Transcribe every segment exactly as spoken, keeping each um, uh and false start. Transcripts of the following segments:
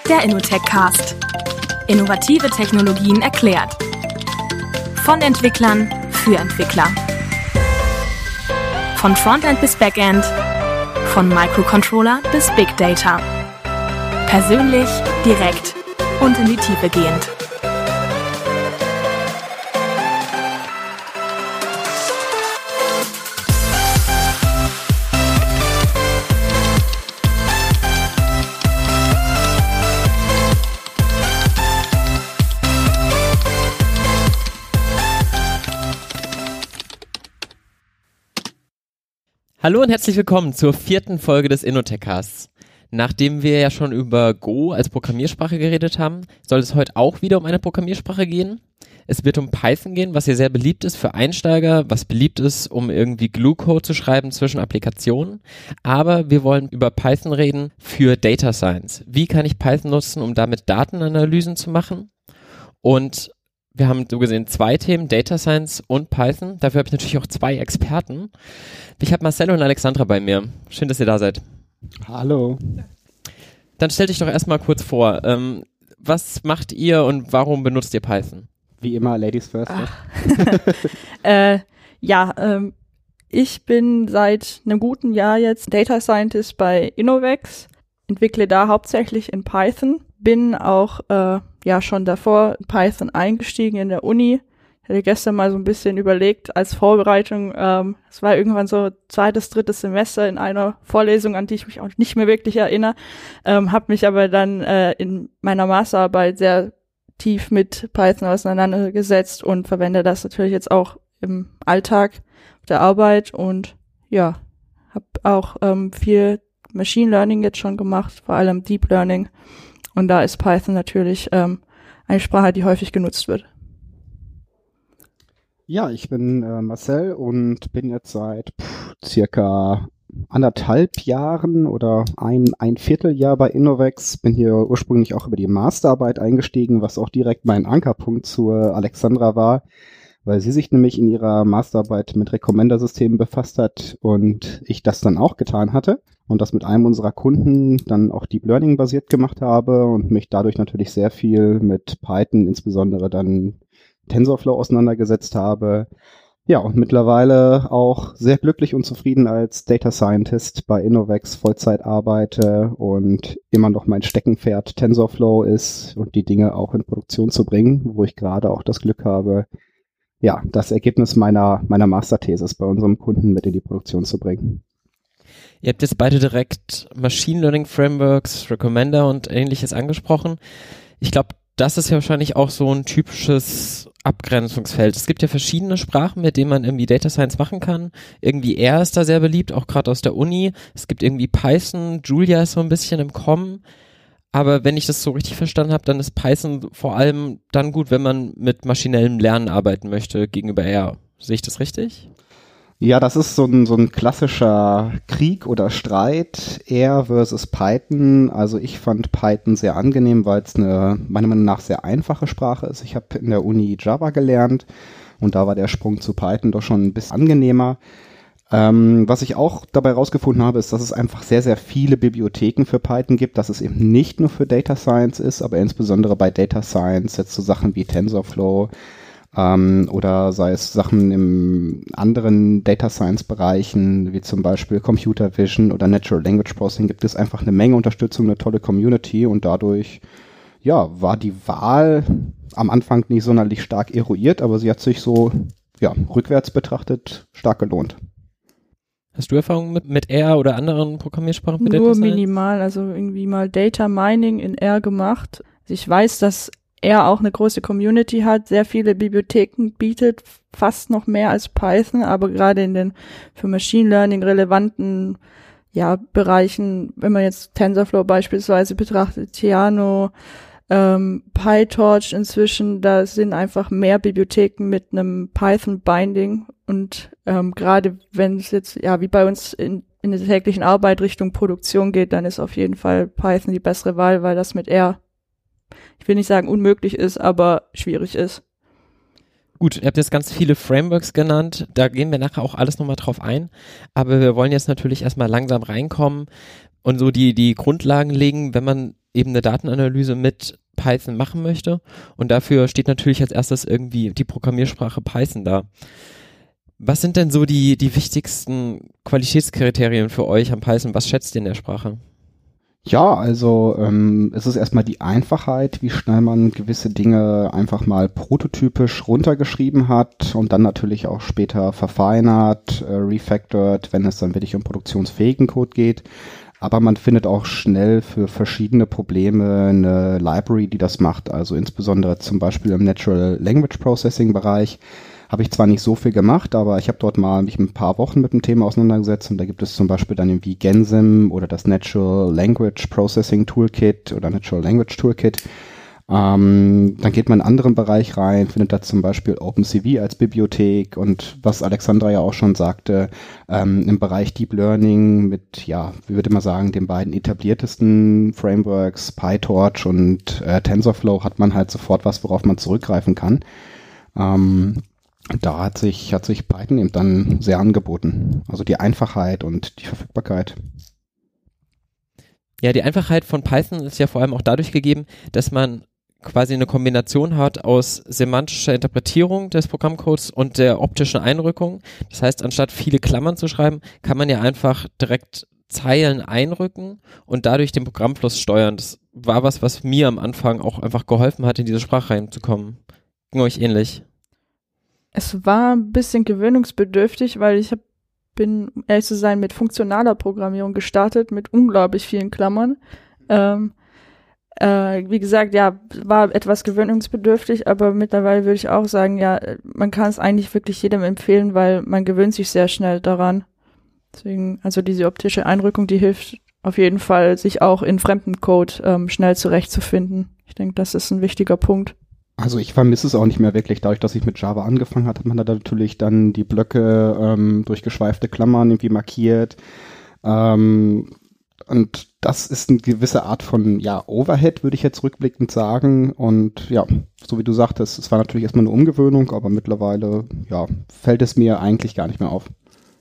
Der InnoTech-Cast. Innovative Technologien erklärt. Von Entwicklern für Entwickler. Von Frontend bis Backend. Von Microcontroller bis Big Data. Persönlich, direkt und in die Tiefe gehend. Hallo und herzlich willkommen zur vierten Folge des InnoTech-Casts. Nachdem wir ja schon über Go als Programmiersprache geredet haben, soll es heute auch wieder um eine Programmiersprache gehen. Es wird um Python gehen, was hier sehr beliebt ist für Einsteiger, was beliebt ist, um irgendwie Glue-Code zu schreiben zwischen Applikationen. Aber wir wollen über Python reden für Data Science. Wie kann ich Python nutzen, um damit Datenanalysen zu machen? Und wir haben so gesehen zwei Themen, Data Science und Python. Dafür habe ich natürlich auch zwei Experten. Ich habe Marcelo und Alexandra bei mir. Schön, dass ihr da seid. Hallo. Dann stellt euch doch erstmal kurz vor. Ähm, was macht ihr und warum benutzt ihr Python? Wie immer, Ladies first. äh, ja, ähm, ich bin seit einem guten Jahr jetzt Data Scientist bei Innovex, entwickle da hauptsächlich in Python, bin auch äh, ja schon davor in Python eingestiegen in der Uni. Ich hatte gestern mal so ein bisschen überlegt als Vorbereitung, ähm, es war irgendwann so zweites, drittes Semester in einer Vorlesung, an die ich mich auch nicht mehr wirklich erinnere, ähm, habe mich aber dann äh, in meiner Masterarbeit sehr tief mit Python auseinandergesetzt und verwende das natürlich jetzt auch im Alltag der Arbeit und ja, habe auch ähm, viel Machine Learning jetzt schon gemacht, vor allem Deep Learning. Und da ist Python natürlich ähm, eine Sprache, die häufig genutzt wird. Ja, ich bin äh, Marcel und bin jetzt seit pff, circa anderthalb Jahren oder ein, ein Vierteljahr bei Innovex. Bin hier ursprünglich auch über die Masterarbeit eingestiegen, was auch direkt mein Ankerpunkt zur Alexandra war, weil sie sich nämlich in ihrer Masterarbeit mit Recommender-Systemen befasst hat und ich das dann auch getan hatte und das mit einem unserer Kunden dann auch Deep Learning basiert gemacht habe und mich dadurch natürlich sehr viel mit Python, insbesondere dann TensorFlow auseinandergesetzt habe. Ja, und mittlerweile auch sehr glücklich und zufrieden als Data Scientist bei Innovex Vollzeit arbeite und immer noch mein Steckenpferd TensorFlow ist und die Dinge auch in Produktion zu bringen, wo ich gerade auch das Glück habe, ja, das Ergebnis meiner, meiner Masterthesis bei unserem Kunden mit in die Produktion zu bringen. Ihr habt jetzt beide direkt Machine Learning Frameworks, Recommender und ähnliches angesprochen. Ich glaube, das ist ja wahrscheinlich auch so ein typisches Abgrenzungsfeld. Es gibt ja verschiedene Sprachen, mit denen man irgendwie Data Science machen kann. Irgendwie R ist da sehr beliebt, auch gerade aus der Uni. Es gibt irgendwie Python, Julia ist so ein bisschen im Kommen. Aber wenn ich das so richtig verstanden habe, dann ist Python vor allem dann gut, wenn man mit maschinellem Lernen arbeiten möchte gegenüber R. Sehe ich das richtig? Ja, das ist so ein, so ein klassischer Krieg oder Streit, R versus Python. Also ich fand Python sehr angenehm, weil es eine, meiner Meinung nach, sehr einfache Sprache ist. Ich habe in der Uni Java gelernt und da war der Sprung zu Python doch schon ein bisschen angenehmer. Ähm, was ich auch dabei rausgefunden habe, ist, dass es einfach sehr, sehr viele Bibliotheken für Python gibt, dass es eben nicht nur für Data Science ist, aber insbesondere bei Data Science jetzt so Sachen wie TensorFlow, Ähm, oder sei es Sachen im anderen Data Science Bereichen, wie zum Beispiel Computer Vision oder Natural Language Processing, gibt es einfach eine Menge Unterstützung, eine tolle Community und dadurch, ja, war die Wahl am Anfang nicht sonderlich stark eruiert, aber sie hat sich so, ja, rückwärts betrachtet stark gelohnt. Hast du Erfahrung mit, mit R oder anderen Programmiersprachen mit Nur Data Science? minimal, also irgendwie mal Data Mining in R gemacht. Also ich weiß, dass er auch eine große Community hat, sehr viele Bibliotheken bietet, fast noch mehr als Python, aber gerade in den für Machine Learning relevanten ja, Bereichen, wenn man jetzt TensorFlow beispielsweise betrachtet, Theano, ähm, PyTorch inzwischen, da sind einfach mehr Bibliotheken mit einem Python-Binding und ähm, gerade wenn es jetzt, ja, wie bei uns in, in der täglichen Arbeit Richtung Produktion geht, dann ist auf jeden Fall Python die bessere Wahl, weil das mit R, ich will nicht sagen unmöglich ist, aber schwierig ist. Gut, ihr habt jetzt ganz viele Frameworks genannt, da gehen wir nachher auch alles nochmal drauf ein, aber wir wollen jetzt natürlich erstmal langsam reinkommen und so die, die Grundlagen legen, wenn man eben eine Datenanalyse mit Python machen möchte und dafür steht natürlich als erstes irgendwie die Programmiersprache Python da. Was sind denn so die, die wichtigsten Qualitätskriterien für euch am Python? Was schätzt ihr in der Sprache? Ja, also ähm, es ist erstmal die Einfachheit, wie schnell man gewisse Dinge einfach mal prototypisch runtergeschrieben hat und dann natürlich auch später verfeinert, äh, refactored, wenn es dann wirklich um produktionsfähigen Code geht. Aber man findet auch schnell für verschiedene Probleme eine Library, die das macht. Also insbesondere zum Beispiel im Natural Language Processing Bereich habe ich zwar nicht so viel gemacht, aber ich habe dort mal mich ein paar Wochen mit dem Thema auseinandergesetzt und da gibt es zum Beispiel dann irgendwie Gensim oder das Natural Language Processing Toolkit oder Natural Language Toolkit. Ähm, dann geht man in einen anderen Bereich rein, findet da zum Beispiel OpenCV als Bibliothek und was Alexandra ja auch schon sagte, ähm, im Bereich Deep Learning mit, ja, wie würde man sagen, den beiden etabliertesten Frameworks, PyTorch und äh, TensorFlow, hat man halt sofort was, worauf man zurückgreifen kann. Ähm, da hat sich, hat sich Python eben dann sehr angeboten. Also die Einfachheit und die Verfügbarkeit. Ja, die Einfachheit von Python ist ja vor allem auch dadurch gegeben, dass man quasi eine Kombination hat aus semantischer Interpretierung des Programmcodes und der optischen Einrückung. Das heißt, anstatt viele Klammern zu schreiben, kann man ja einfach direkt Zeilen einrücken und dadurch den Programmfluss steuern. Das war was, was mir am Anfang auch einfach geholfen hat, in diese Sprache reinzukommen. Ging euch ähnlich? Es war ein bisschen gewöhnungsbedürftig, weil ich hab, bin, um ehrlich zu sein, mit funktionaler Programmierung gestartet, mit unglaublich vielen Klammern. Ähm, äh, wie gesagt, ja, war etwas gewöhnungsbedürftig, aber mittlerweile würde ich auch sagen, ja, man kann es eigentlich wirklich jedem empfehlen, weil man gewöhnt sich sehr schnell daran. Deswegen, also diese optische Einrückung, die hilft auf jeden Fall, sich auch in fremden Code ähm, schnell zurechtzufinden. Ich denke, das ist ein wichtiger Punkt. Also ich vermisse es auch nicht mehr wirklich. Dadurch, dass ich mit Java angefangen habe, hat man da natürlich dann die Blöcke ähm, durch geschweifte Klammern irgendwie markiert. Ähm, und das ist eine gewisse Art von, ja, Overhead, würde ich jetzt rückblickend sagen. Und ja, so wie du sagtest, es war natürlich erstmal eine Umgewöhnung, aber mittlerweile, ja, fällt es mir eigentlich gar nicht mehr auf.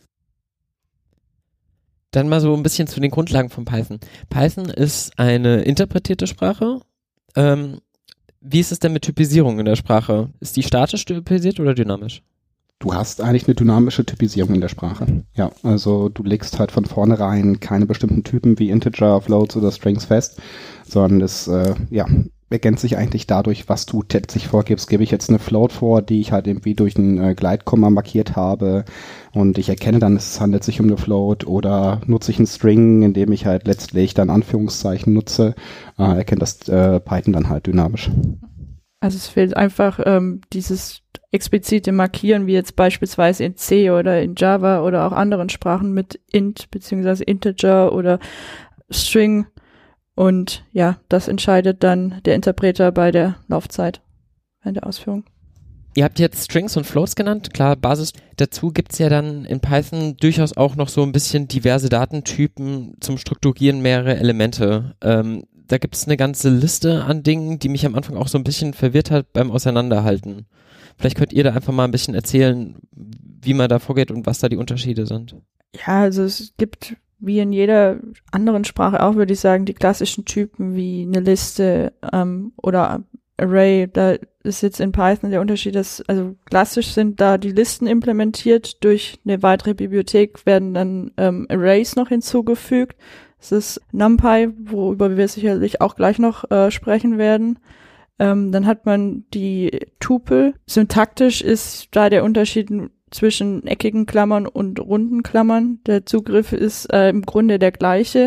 Dann mal so ein bisschen zu den Grundlagen von Python. Python ist eine interpretierte Sprache. Ähm, Wie ist es denn mit Typisierung in der Sprache? Ist die statisch typisiert oder dynamisch? Du hast eigentlich eine dynamische Typisierung in der Sprache. Ja, also du legst halt von vornherein keine bestimmten Typen wie Integer, Floats oder Strings fest, sondern es äh, ja, ergänzt sich eigentlich dadurch, was du täglich vorgibst. Gebe ich jetzt eine Float vor, die ich halt irgendwie durch ein äh, Gleitkomma markiert habe und ich erkenne dann, es handelt sich um eine Float, oder nutze ich einen String, indem ich halt letztlich dann Anführungszeichen nutze, äh, erkennt das äh, Python dann halt dynamisch. Also es fehlt einfach ähm, dieses explizite Markieren, wie jetzt beispielsweise in C oder in Java oder auch anderen Sprachen mit int beziehungsweise Integer oder String. Und ja, das entscheidet dann der Interpreter bei der Laufzeit, bei der Ausführung. Ihr habt jetzt Strings und Floats genannt, klar, Basis. Dazu gibt's ja dann in Python durchaus auch noch so ein bisschen diverse Datentypen zum Strukturieren mehrerer Elemente. Ähm, da gibt's eine ganze Liste an Dingen, die mich am Anfang auch so ein bisschen verwirrt hat beim Auseinanderhalten. Vielleicht könnt ihr da einfach mal ein bisschen erzählen, wie man da vorgeht und was da die Unterschiede sind. Ja, also es gibt wie in jeder anderen Sprache auch, würde ich sagen, die klassischen Typen wie eine Liste ähm, oder Array. Da ist jetzt in Python der Unterschied, dass, also klassisch sind da die Listen implementiert, durch eine weitere Bibliothek werden dann ähm, Arrays noch hinzugefügt. Das ist NumPy, worüber wir sicherlich auch gleich noch äh, sprechen werden. Ähm, dann hat man die Tupel. Syntaktisch ist da der Unterschied zwischen eckigen Klammern und runden Klammern. Der Zugriff ist äh, im Grunde der gleiche.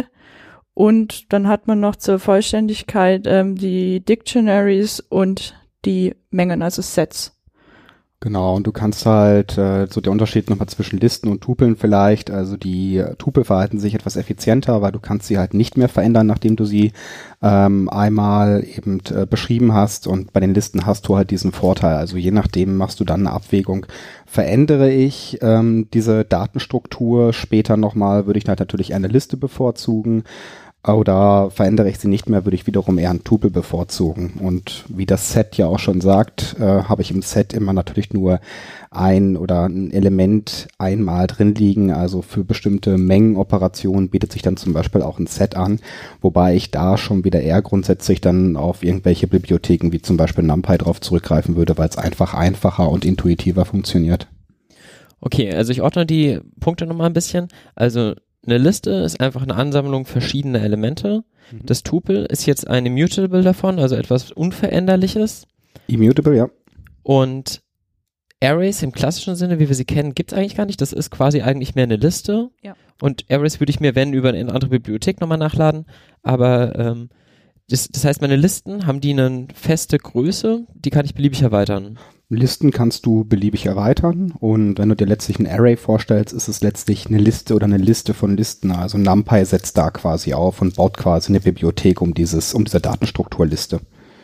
Und dann hat man noch zur Vollständigkeit ähm, die Dictionaries und die Mengen, also Sets. Genau, und du kannst halt, äh, so der Unterschied nochmal zwischen Listen und Tupeln vielleicht, also die Tupel verhalten sich etwas effizienter, weil du kannst sie halt nicht mehr verändern, nachdem du sie ähm, einmal eben äh, beschrieben hast, und bei den Listen hast du halt diesen Vorteil, also je nachdem machst du dann eine Abwägung. Verändere ich ähm, diese Datenstruktur später nochmal, würde ich halt natürlich eine Liste bevorzugen. Oder verändere ich sie nicht mehr, würde ich wiederum eher ein Tupel bevorzugen. Und wie das Set ja auch schon sagt, äh, habe ich im Set immer natürlich nur ein oder ein Element einmal drin liegen. Also für bestimmte Mengenoperationen bietet sich dann zum Beispiel auch ein Set an, wobei ich da schon wieder eher grundsätzlich dann auf irgendwelche Bibliotheken wie zum Beispiel NumPy drauf zurückgreifen würde, weil es einfach einfacher und intuitiver funktioniert. Okay, also ich ordne die Punkte nochmal ein bisschen. Also eine Liste ist einfach eine Ansammlung verschiedener Elemente. Mhm. Das Tupel ist jetzt ein Immutable davon, also etwas Unveränderliches. Immutable, ja. Und Arrays im klassischen Sinne, wie wir sie kennen, gibt es eigentlich gar nicht. Das ist quasi eigentlich mehr eine Liste. Ja. Und Arrays würde ich mir, wenn, über eine andere Bibliothek nochmal nachladen. Aber ähm, das, das heißt, meine Listen, haben die eine feste Größe? Die kann ich beliebig erweitern. Listen kannst du beliebig erweitern und wenn du dir letztlich ein Array vorstellst, ist es letztlich eine Liste oder eine Liste von Listen. Also NumPy setzt da quasi auf und baut quasi eine Bibliothek um dieses, um diese Datenstrukturliste.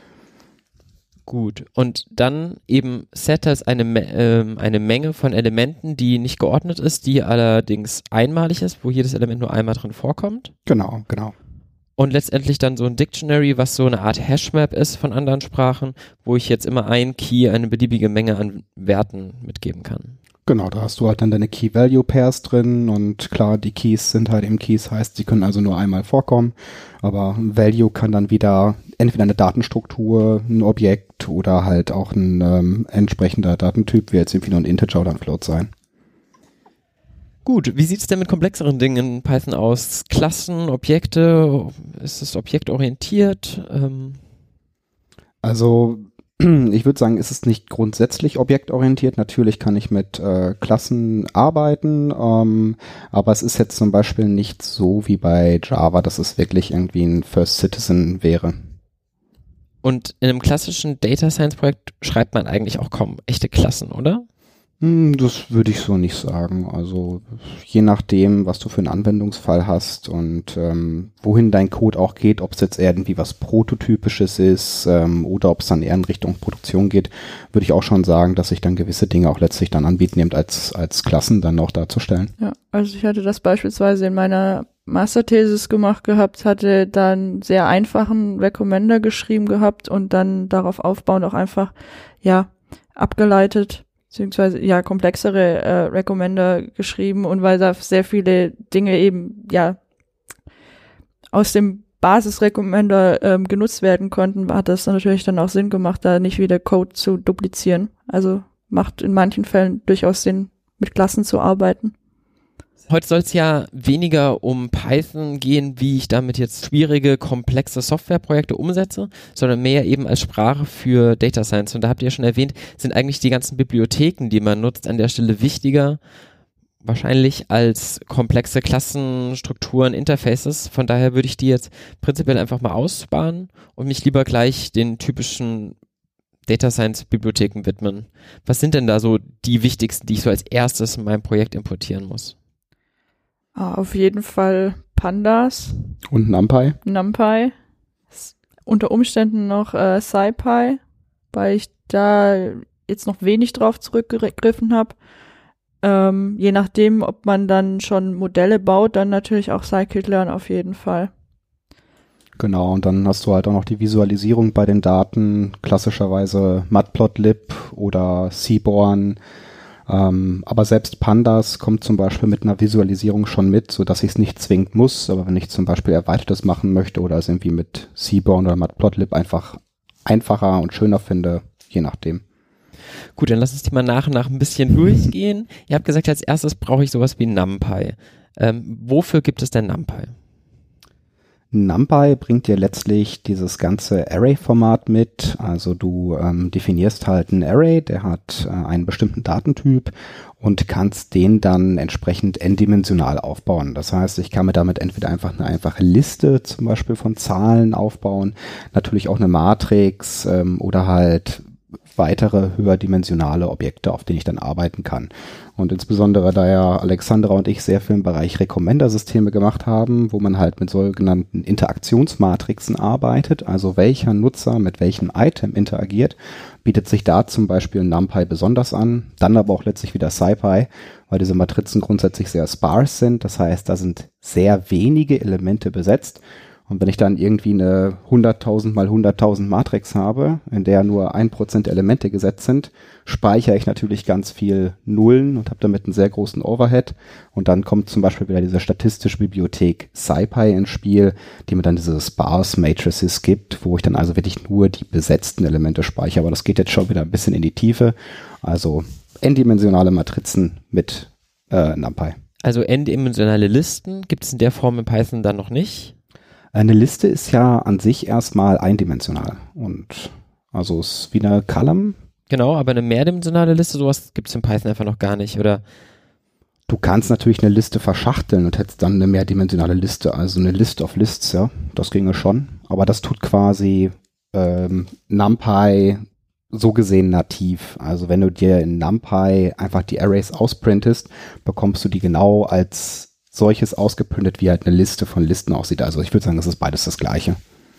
Gut. Und dann eben Set ist eine, äh, eine Menge von Elementen, die nicht geordnet ist, die allerdings einmalig ist, wo jedes Element nur einmal drin vorkommt. Genau, genau. Und letztendlich dann so ein Dictionary, was so eine Art Hashmap ist von anderen Sprachen, wo ich jetzt immer ein Key, eine beliebige Menge an Werten mitgeben kann. Genau, da hast du halt dann deine Key-Value-Pairs drin und klar, die Keys sind halt eben Keys, heißt, sie können also nur einmal vorkommen, aber Value kann dann wieder entweder eine Datenstruktur, ein Objekt oder halt auch ein ähm, entsprechender Datentyp, wie jetzt irgendwie nur ein Integer oder ein Float sein. Gut, wie sieht es denn mit komplexeren Dingen in Python aus? Klassen, Objekte, ist es objektorientiert? Ähm Also ich würde sagen, ist es nicht grundsätzlich objektorientiert. Natürlich kann ich mit äh, Klassen arbeiten, ähm, aber es ist jetzt zum Beispiel nicht so wie bei Java, dass es wirklich irgendwie ein First Citizen wäre. Und in einem klassischen Data Science Projekt schreibt man eigentlich auch kaum echte Klassen, oder? Das würde ich so nicht sagen. Also je nachdem, was du für einen Anwendungsfall hast und ähm, wohin dein Code auch geht, ob es jetzt irgendwie was Prototypisches ist ähm, oder ob es dann eher in Richtung Produktion geht, würde ich auch schon sagen, dass sich dann gewisse Dinge auch letztlich dann anbieten, eben als, als Klassen dann auch darzustellen. Ja, also ich hatte das beispielsweise in meiner Masterthesis gemacht gehabt, hatte dann sehr einfachen Recommender geschrieben gehabt und dann darauf aufbauend auch einfach, ja, abgeleitet, beziehungsweise ja komplexere äh, Recommender geschrieben und weil da sehr viele Dinge eben ja aus dem Basis-Recommender ähm, genutzt werden konnten, hat das natürlich dann auch Sinn gemacht, da nicht wieder Code zu duplizieren. Also macht in manchen Fällen durchaus Sinn, mit Klassen zu arbeiten. Heute soll es ja weniger um Python gehen, wie ich damit jetzt schwierige, komplexe Softwareprojekte umsetze, sondern mehr eben als Sprache für Data Science. Und da habt ihr ja schon erwähnt, sind eigentlich die ganzen Bibliotheken, die man nutzt, an der Stelle wichtiger, wahrscheinlich als komplexe Klassenstrukturen, Interfaces. Von daher würde ich die jetzt prinzipiell einfach mal aussparen und mich lieber gleich den typischen Data Science Bibliotheken widmen. Was sind denn da so die wichtigsten, die ich so als erstes in meinem Projekt importieren muss? Ah, auf jeden Fall Pandas. Und NumPy. NumPy. S- unter Umständen noch äh, SciPy, weil ich da jetzt noch wenig drauf zurückgegriffen habe. Ähm, je nachdem, ob man dann schon Modelle baut, dann natürlich auch Scikit-Learn auf jeden Fall. Genau, und dann hast du halt auch noch die Visualisierung bei den Daten, klassischerweise Matplotlib oder Seaborn. Ähm, aber selbst Pandas kommt zum Beispiel mit einer Visualisierung schon mit, sodass ich es nicht zwingend muss. Aber wenn ich zum Beispiel Erweitertes machen möchte oder es irgendwie mit Seaborn oder Matplotlib einfach einfacher und schöner finde, je nachdem. Gut, dann lass uns die mal nach und nach ein bisschen durchgehen. Ihr habt gesagt, als erstes brauche ich sowas wie NumPy. Ähm, wofür gibt es denn NumPy? NumPy bringt dir letztlich dieses ganze Array-Format mit. Also du ähm, definierst halt einen Array, der hat äh, einen bestimmten Datentyp und kannst den dann entsprechend n-dimensional aufbauen. Das heißt, ich kann mir damit entweder einfach eine einfache Liste zum Beispiel von Zahlen aufbauen, natürlich auch eine Matrix ähm, oder halt weitere höherdimensionale Objekte, auf denen ich dann arbeiten kann. Und insbesondere, da ja Alexandra und ich sehr viel im Bereich Recommender-Systeme gemacht haben, wo man halt mit sogenannten Interaktionsmatrixen arbeitet, also welcher Nutzer mit welchem Item interagiert, bietet sich da zum Beispiel NumPy besonders an, dann aber auch letztlich wieder SciPy, weil diese Matrizen grundsätzlich sehr sparse sind, das heißt, da sind sehr wenige Elemente besetzt Und wenn ich dann irgendwie eine hunderttausend mal hunderttausend Matrix habe, in der nur ein Prozent Elemente gesetzt sind, speichere ich natürlich ganz viel Nullen und habe damit einen sehr großen Overhead. Und dann kommt zum Beispiel wieder diese statistische Bibliothek SciPy ins Spiel, die mir dann diese Sparse Matrices gibt, wo ich dann also wirklich nur die besetzten Elemente speichere. Aber das geht jetzt schon wieder ein bisschen in die Tiefe. Also n-dimensionale Matrizen mit äh, NumPy. Also n-dimensionale Listen gibt es in der Form in Python dann noch nicht? Eine Liste ist ja an sich erstmal eindimensional und also ist wie eine Column. Genau, aber eine mehrdimensionale Liste, sowas gibt es in Python einfach noch gar nicht, oder? Du kannst natürlich eine Liste verschachteln und hättest dann eine mehrdimensionale Liste, also eine List of Lists, ja, das ginge schon. Aber das tut quasi ähm, NumPy so gesehen nativ. Also wenn du dir in NumPy einfach die Arrays ausprintest, bekommst du die genau als solches ausgeprintet, wie halt eine Liste von Listen aussieht. Also ich würde sagen, das ist beides das Gleiche.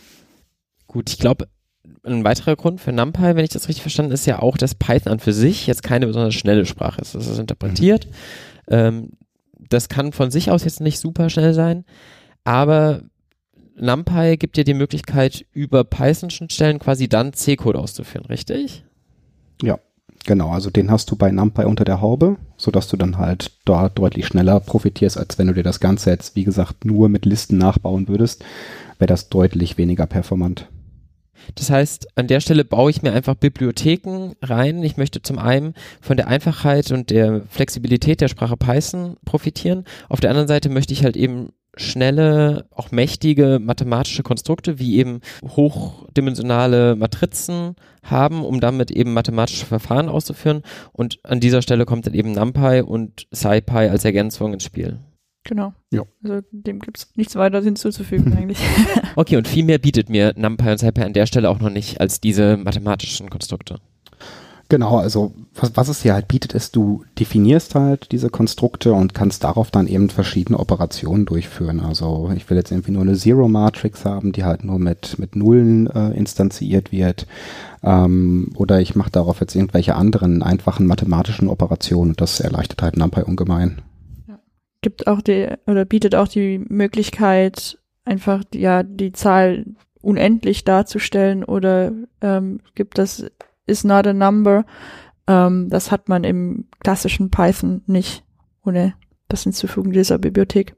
Gut, ich glaube, ein weiterer Grund für NumPy, wenn ich das richtig verstanden, ist ja auch, dass Python an für sich jetzt keine besonders schnelle Sprache ist. Das ist interpretiert. Mhm. Ähm, das kann von sich aus jetzt nicht super schnell sein, aber NumPy gibt dir die Möglichkeit, über Python-Schnittstellen quasi dann C-Code auszuführen, richtig? Ja. Genau, also den hast du bei NumPy unter der Haube, sodass du dann halt dort deutlich schneller profitierst, als wenn du dir das Ganze jetzt, wie gesagt, nur mit Listen nachbauen würdest, wäre das deutlich weniger performant. Das heißt, an der Stelle baue ich mir einfach Bibliotheken rein. Ich möchte zum einen von der Einfachheit und der Flexibilität der Sprache Python profitieren. Auf der anderen Seite möchte ich halt eben schnelle, auch mächtige mathematische Konstrukte wie eben hochdimensionale Matrizen haben, um damit eben mathematische Verfahren auszuführen. Und an dieser Stelle kommt dann eben NumPy und SciPy als Ergänzung ins Spiel. Genau. Ja. Also dem gibt es nichts weiter hinzuzufügen eigentlich. Okay, und viel mehr bietet mir NumPy und SciPy an der Stelle auch noch nicht als diese mathematischen Konstrukte. Genau, also was, was es hier halt bietet, ist, du definierst halt diese Konstrukte und kannst darauf dann eben verschiedene Operationen durchführen. Also ich will jetzt irgendwie nur eine Zero-Matrix haben, die halt nur mit, mit Nullen äh, instanziert wird. Ähm, oder ich mache darauf jetzt irgendwelche anderen einfachen mathematischen Operationen und das erleichtert halt NumPy ungemein. Ja. Gibt auch die, oder bietet auch die Möglichkeit, einfach ja die Zahl unendlich darzustellen oder ähm, gibt das is not a number. Ähm, das hat man im klassischen Python nicht, ohne das Hinzufügen dieser Bibliothek.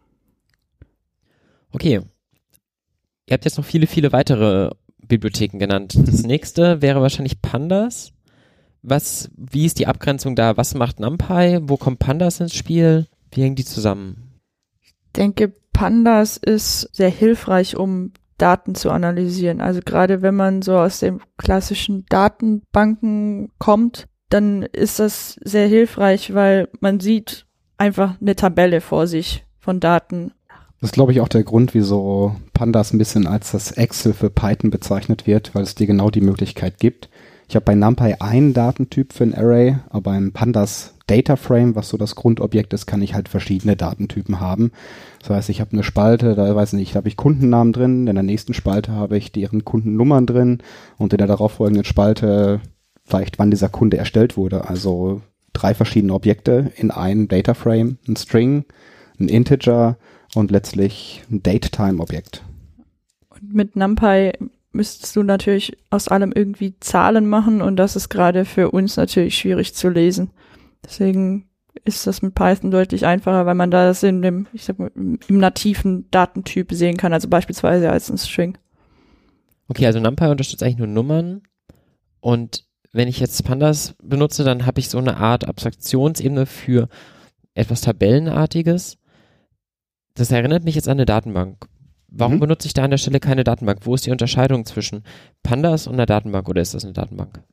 Okay. Ihr habt jetzt noch viele, viele weitere Bibliotheken genannt. Das nächste wäre wahrscheinlich Pandas. Was, wie ist die Abgrenzung da? Was macht NumPy? Wo kommt Pandas ins Spiel? Wie hängen die zusammen? Ich denke, Pandas ist sehr hilfreich, um Daten zu analysieren. Also gerade wenn man so aus den klassischen Datenbanken kommt, dann ist das sehr hilfreich, weil man sieht einfach eine Tabelle vor sich von Daten. Das ist, glaube ich, auch der Grund, wieso Pandas ein bisschen als das Excel für Python bezeichnet wird, weil es dir genau die Möglichkeit gibt. Ich habe bei NumPy einen Datentyp für ein Array, aber beim Pandas Data Frame, was so das Grundobjekt ist, kann ich halt verschiedene Datentypen haben. Das heißt, ich habe eine Spalte, da weiß ich nicht, da habe ich Kundennamen drin, in der nächsten Spalte habe ich deren Kundennummern drin und in der darauffolgenden Spalte vielleicht, wann dieser Kunde erstellt wurde. Also drei verschiedene Objekte in einem Data Frame, ein String, ein Integer und letztlich ein Datetime-Objekt. Und mit NumPy müsstest du natürlich aus allem irgendwie Zahlen machen und das ist gerade für uns natürlich schwierig zu lesen. Deswegen ist das mit Python deutlich einfacher, weil man das in dem, ich sag mal, im nativen Datentyp sehen kann, also beispielsweise als ein String. Okay, also NumPy unterstützt eigentlich nur Nummern und wenn ich jetzt Pandas benutze, dann habe ich so eine Art Abstraktionsebene für etwas Tabellenartiges. Das erinnert mich jetzt an eine Datenbank. Warum mhm. benutze ich da an der Stelle keine Datenbank? Wo ist die Unterscheidung zwischen Pandas und einer Datenbank oder ist das eine Datenbank?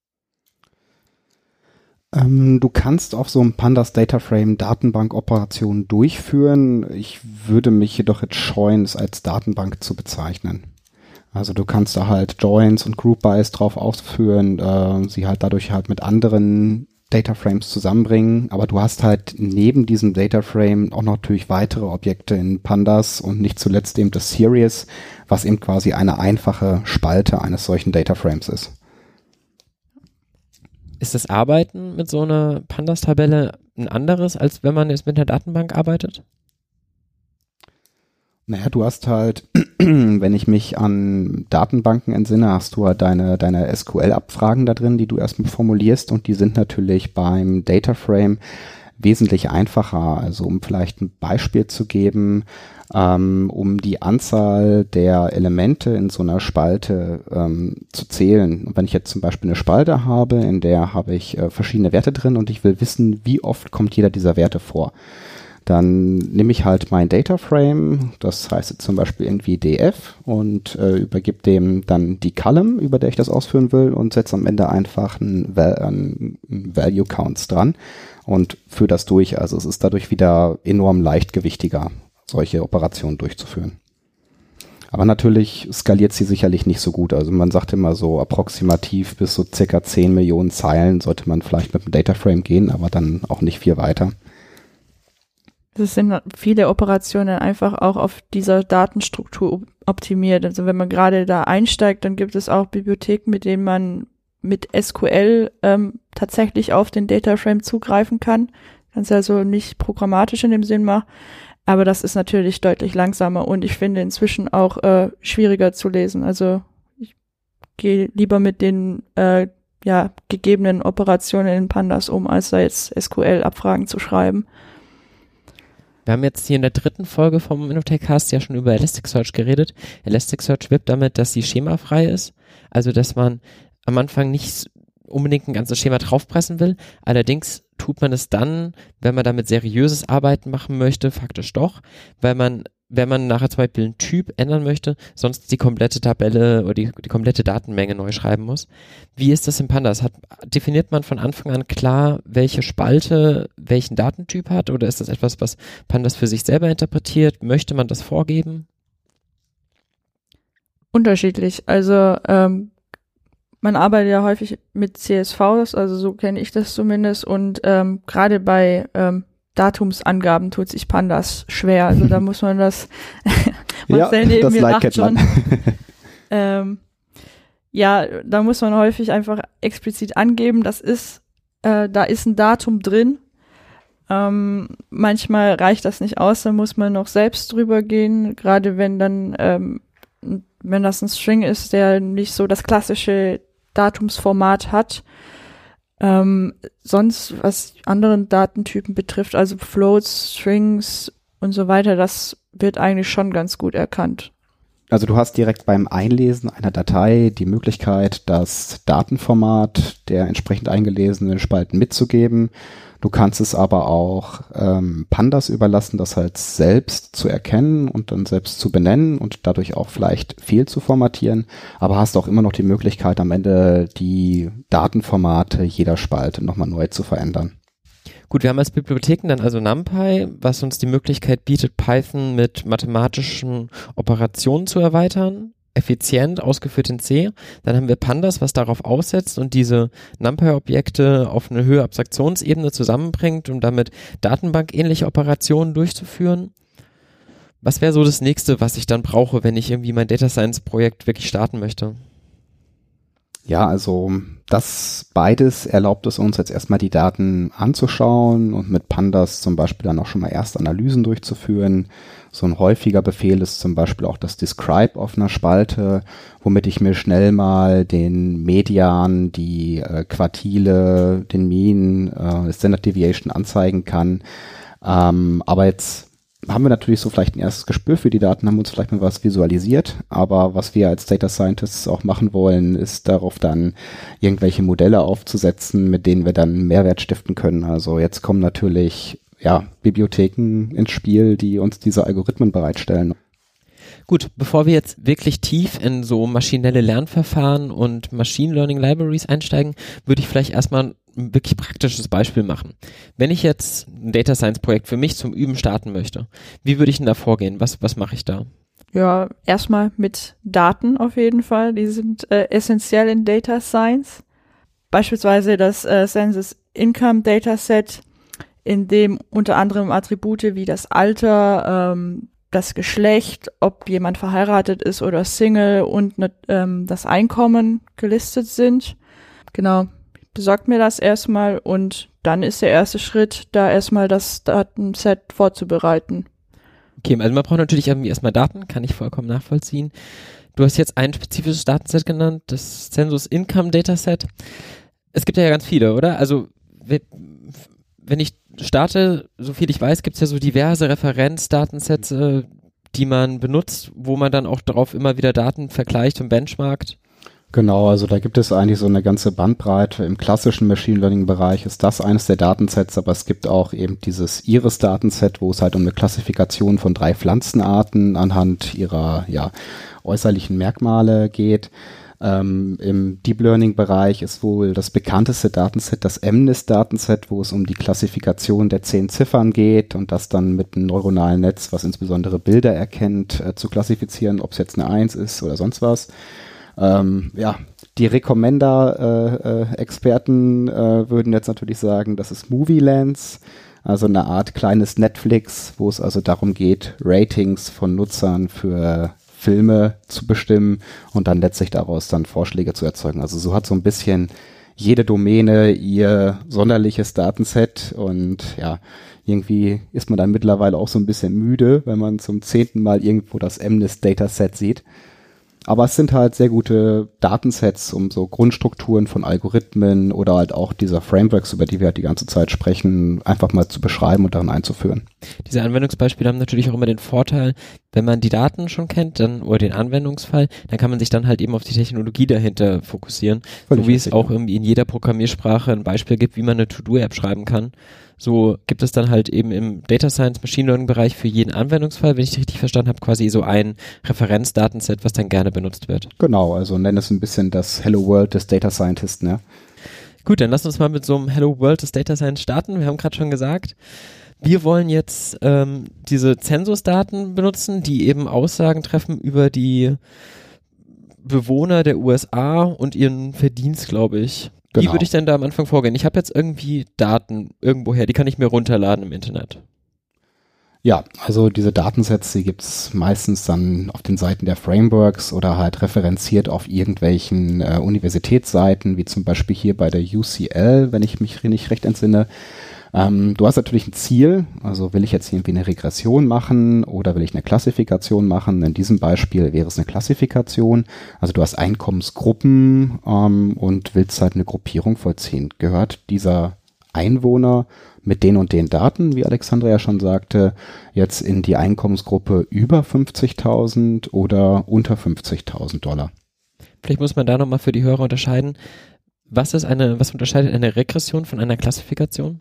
Ähm, du kannst auf so einem Pandas Data Frame Datenbank-Operationen durchführen. Ich würde mich jedoch jetzt scheuen, es als Datenbank zu bezeichnen. Also du kannst da halt Joins und Group Bys drauf ausführen, äh, sie halt dadurch halt mit anderen Data Frames zusammenbringen, aber du hast halt neben diesem Data Frame auch noch natürlich weitere Objekte in Pandas und nicht zuletzt eben das Series, was eben quasi eine einfache Spalte eines solchen Data Frames ist. Ist das Arbeiten mit so einer Pandas-Tabelle ein anderes, als wenn man jetzt mit einer Datenbank arbeitet? Naja, du hast halt, wenn ich mich an Datenbanken entsinne, hast du halt deine, deine S Q L-Abfragen da drin, die du erstmal formulierst, und die sind natürlich beim Dataframe wesentlich einfacher. Also um vielleicht ein Beispiel zu geben, ähm, um die Anzahl der Elemente in so einer Spalte ähm, zu zählen. Und wenn ich jetzt zum Beispiel eine Spalte habe, in der habe ich äh, verschiedene Werte drin und ich will wissen, wie oft kommt jeder dieser Werte vor, dann nehme ich halt mein Dataframe, das heißt jetzt zum Beispiel irgendwie D F, und äh, übergebe dem dann die Column, über der ich das ausführen will, und setze am Ende einfach ein, Val ein Value Counts dran und führe das durch. Also es ist dadurch wieder enorm leichtgewichtiger, solche Operationen durchzuführen. Aber natürlich skaliert sie sicherlich nicht so gut. Also man sagt immer so approximativ bis so circa zehn Millionen Zeilen sollte man vielleicht mit dem Dataframe gehen, aber dann auch nicht viel weiter. Das sind viele Operationen einfach auch auf dieser Datenstruktur optimiert. Also wenn man gerade da einsteigt, dann gibt es auch Bibliotheken, mit denen man mit S Q L ähm, tatsächlich auf den Dataframe zugreifen kann. Ganz also nicht programmatisch in dem Sinn machen, aber das ist natürlich deutlich langsamer und ich finde inzwischen auch äh, schwieriger zu lesen. Also ich gehe lieber mit den äh, ja gegebenen Operationen in Pandas um, als da jetzt S Q L-Abfragen zu schreiben. Wir haben jetzt hier in der dritten Folge vom InnoTech-Cast ja schon über Elasticsearch geredet. Elasticsearch wirbt damit, dass sie schemafrei ist, also dass man am Anfang nicht unbedingt ein ganzes Schema draufpressen will. Allerdings tut man es dann, wenn man damit seriöses Arbeiten machen möchte, faktisch doch, weil man, wenn man nachher zum Beispiel einen Typ ändern möchte, sonst die komplette Tabelle oder die, die komplette Datenmenge neu schreiben muss. Wie ist das in Pandas? Hat, definiert man von Anfang an klar, welche Spalte welchen Datentyp hat, oder ist das etwas, was Pandas für sich selber interpretiert? Möchte man das vorgeben? Unterschiedlich. Also ähm, man arbeitet ja häufig mit C S Vs, also so kenne ich das zumindest, und ähm, gerade bei ähm, Datumsangaben tut sich Pandas schwer. Also da muss man das ja, das Like kennt man. ähm, ja, da muss man häufig einfach explizit angeben, das ist, äh, da ist ein Datum drin. Ähm, manchmal reicht das nicht aus, dann muss man noch selbst drüber gehen, gerade wenn dann, ähm, wenn das ein String ist, der nicht so das klassische Datumsformat hat. Ähm, sonst, was anderen Datentypen betrifft, also Floats, Strings und so weiter, das wird eigentlich schon ganz gut erkannt. Also du hast direkt beim Einlesen einer Datei die Möglichkeit, das Datenformat der entsprechend eingelesenen Spalten mitzugeben. Du kannst es aber auch ähm, Pandas überlassen, das halt selbst zu erkennen und dann selbst zu benennen und dadurch auch vielleicht viel zu formatieren, aber hast auch immer noch die Möglichkeit, am Ende die Datenformate jeder Spalte nochmal neu zu verändern. Gut, wir haben als Bibliotheken dann also NumPy, was uns die Möglichkeit bietet, Python mit mathematischen Operationen zu erweitern, effizient, ausgeführt in C. Dann haben wir Pandas, was darauf aussetzt und diese NumPy-Objekte auf eine höhere Abstraktionsebene zusammenbringt, um damit datenbankähnliche Operationen durchzuführen. Was wäre so das Nächste, was ich dann brauche, wenn ich irgendwie mein Data Science-Projekt wirklich starten möchte? Ja, also das beides erlaubt es uns jetzt erstmal die Daten anzuschauen und mit Pandas zum Beispiel dann auch schon mal erste Analysen durchzuführen. So ein häufiger Befehl ist zum Beispiel auch das Describe auf einer Spalte, womit ich mir schnell mal den Median, die äh, Quartile, den Mean, äh, Standard Deviation anzeigen kann. Ähm, aber jetzt haben wir natürlich so vielleicht ein erstes Gespür für die Daten, haben uns vielleicht mal was visualisiert, aber was wir als Data Scientists auch machen wollen, ist darauf dann irgendwelche Modelle aufzusetzen, mit denen wir dann Mehrwert stiften können. Also jetzt kommen natürlich ja Bibliotheken ins Spiel, die uns diese Algorithmen bereitstellen. Gut, bevor wir jetzt wirklich tief in so maschinelle Lernverfahren und Machine Learning Libraries einsteigen, würde ich vielleicht erstmal ein wirklich praktisches Beispiel machen. Wenn ich jetzt ein Data Science Projekt für mich zum Üben starten möchte, wie würde ich denn da vorgehen? Was, was mache ich da? Ja, erstmal mit Daten auf jeden Fall. Die sind äh, essentiell in Data Science. Beispielsweise das äh, Census Income Dataset, in dem unter anderem Attribute wie das Alter, ähm, das Geschlecht, ob jemand verheiratet ist oder Single und ne, ähm, das Einkommen gelistet sind. Genau, besorgt mir das erstmal und dann ist der erste Schritt, da erstmal das Datenset vorzubereiten. Okay, also man braucht natürlich irgendwie erstmal Daten, kann ich vollkommen nachvollziehen. Du hast jetzt ein spezifisches Datenset genannt, das Census Income Dataset. Es gibt ja ganz viele, oder? Also wenn ich starte, so viel ich weiß, gibt es ja so diverse Referenzdatensets, äh, die man benutzt, wo man dann auch darauf immer wieder Daten vergleicht und benchmarkt. Genau, also da gibt es eigentlich so eine ganze Bandbreite. Im klassischen Machine Learning Bereich ist das eines der Datensets, aber es gibt auch eben dieses Iris-Datenset, wo es halt um eine Klassifikation von drei Pflanzenarten anhand ihrer ja, äußerlichen Merkmale geht. Ähm, Im Deep Learning Bereich ist wohl das bekannteste Datenset das M N I S-Datenset, wo es um die Klassifikation der zehn Ziffern geht und das dann mit einem neuronalen Netz, was insbesondere Bilder erkennt, äh, zu klassifizieren, ob es jetzt eine eins ist oder sonst was. Ähm, ja, die Recommender-Experten äh, äh, würden jetzt natürlich sagen, das ist Movie Lens, also eine Art kleines Netflix, wo es also darum geht, Ratings von Nutzern für Filme zu bestimmen und dann letztlich daraus dann Vorschläge zu erzeugen. Also so hat so ein bisschen jede Domäne ihr sonderliches Datenset und ja, irgendwie ist man dann mittlerweile auch so ein bisschen müde, wenn man zum zehnten Mal irgendwo das M N I S-Dataset sieht. Aber es sind halt sehr gute Datensets, um so Grundstrukturen von Algorithmen oder halt auch dieser Frameworks, über die wir halt die ganze Zeit sprechen, einfach mal zu beschreiben und darin einzuführen. Diese Anwendungsbeispiele haben natürlich auch immer den Vorteil, wenn man die Daten schon kennt, dann oder den Anwendungsfall, dann kann man sich dann halt eben auf die Technologie dahinter fokussieren. Völlig so wie richtig, es auch ja. irgendwie in jeder Programmiersprache ein Beispiel gibt, wie man eine To-Do-App schreiben kann. So gibt es dann halt eben im Data Science Machine Learning Bereich für jeden Anwendungsfall, wenn ich richtig verstanden habe, quasi so ein Referenzdatenset, was dann gerne benutzt wird. Genau, also nenn es ein bisschen das Hello World des Data Scientist, ne? Gut, dann lass uns mal mit so einem Hello World des Data Science starten. Wir haben gerade schon gesagt, wir wollen jetzt ähm, diese Zensusdaten benutzen, die eben Aussagen treffen über die Bewohner der U S A und ihren Verdienst, glaube ich. Genau. Wie würde ich denn da am Anfang vorgehen? Ich habe jetzt irgendwie Daten irgendwoher, die kann ich mir runterladen im Internet. Ja, also diese Datensets, die gibt's meistens dann auf den Seiten der Frameworks oder halt referenziert auf irgendwelchen äh, Universitätsseiten, wie zum Beispiel hier bei der U C L, wenn ich mich nicht recht entsinne. Ähm, du hast natürlich ein Ziel, also will ich jetzt irgendwie eine Regression machen oder will ich eine Klassifikation machen? In diesem Beispiel wäre es eine Klassifikation. Also du hast Einkommensgruppen ähm, und willst halt eine Gruppierung vollziehen. Gehört dieser Einwohner mit den und den Daten, wie Alexandra ja schon sagte, jetzt in die Einkommensgruppe über fünfzigtausend oder unter fünfzigtausend Dollar? Vielleicht muss man da nochmal für die Hörer unterscheiden. Was ist eine, was unterscheidet eine Regression von einer Klassifikation?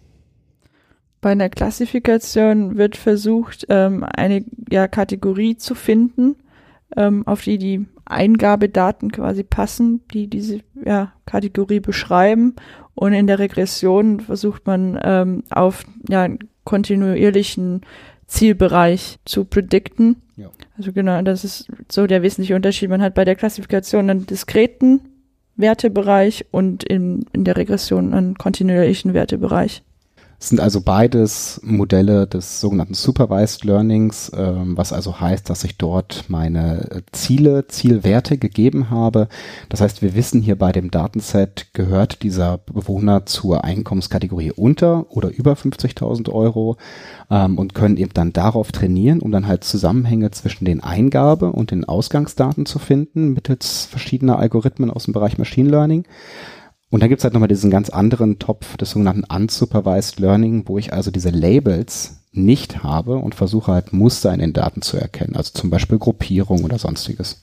Bei einer Klassifikation wird versucht, ähm, eine ja, Kategorie zu finden, ähm, auf die die Eingabedaten quasi passen, die diese ja, Kategorie beschreiben. Und in der Regression versucht man ähm, auf ja, einen kontinuierlichen Zielbereich zu predikten. Ja. Also genau, das ist so der wesentliche Unterschied. Man hat bei der Klassifikation einen diskreten Wertebereich und in, in der Regression einen kontinuierlichen Wertebereich. Es sind also beides Modelle des sogenannten Supervised Learnings, ähm, was also heißt, dass ich dort meine Ziele, Zielwerte gegeben habe. Das heißt, wir wissen hier bei dem Datenset, gehört dieser Bewohner zur Einkommenskategorie unter oder über fünfzigtausend Euro ähm, und können eben dann darauf trainieren, um dann halt Zusammenhänge zwischen den Eingabe- und den Ausgangsdaten zu finden, mittels verschiedener Algorithmen aus dem Bereich Machine Learning. Und dann gibt es halt nochmal diesen ganz anderen Topf des sogenannten Unsupervised Learning, wo ich also diese Labels nicht habe und versuche halt Muster in den Daten zu erkennen, also zum Beispiel Gruppierung oder sonstiges.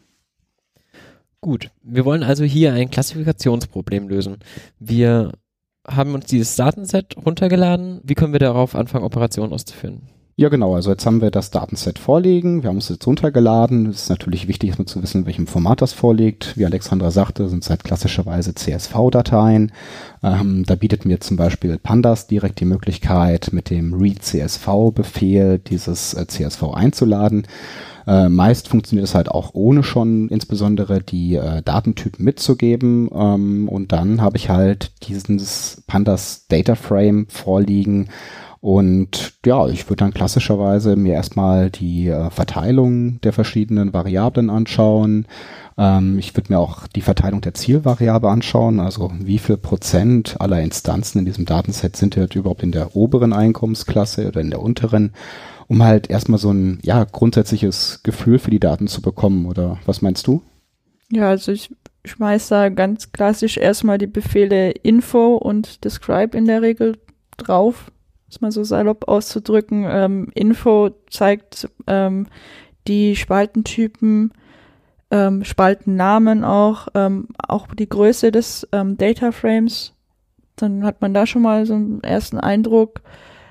Gut, wir wollen also hier ein Klassifikationsproblem lösen. Wir haben uns dieses Datenset runtergeladen. Wie können wir darauf anfangen, Operationen auszuführen? Ja, genau. Also jetzt haben wir das Datenset vorliegen. Wir haben es jetzt runtergeladen. Es ist natürlich wichtig, erstmal zu wissen, in welchem Format das vorliegt. Wie Alexandra sagte, sind es halt klassischerweise C S V-Dateien. Ähm, da bietet mir zum Beispiel Pandas direkt die Möglichkeit, mit dem read C S V-Befehl dieses äh, C S V einzuladen. Äh, meist funktioniert es halt auch ohne schon insbesondere die äh, Datentypen mitzugeben. Ähm, und dann habe ich halt dieses Pandas Data Frame vorliegen. Und ja, ich würde dann klassischerweise mir erstmal die äh, Verteilung der verschiedenen Variablen anschauen. Ähm, ich würde mir auch die Verteilung der Zielvariable anschauen, also wie viel Prozent aller Instanzen in diesem Datenset sind jetzt überhaupt in der oberen Einkommensklasse oder in der unteren. um halt erstmal so ein ja grundsätzliches Gefühl für die Daten zu bekommen, oder was meinst du? Ja, also ich schmeiß da ganz klassisch erstmal die Befehle info und describe in der Regel drauf, ist mal so salopp auszudrücken. Ähm, info zeigt ähm, die Spaltentypen, ähm, Spaltennamen auch, ähm, auch die Größe des ähm, Data Frames. Dann hat man da schon mal so einen ersten Eindruck.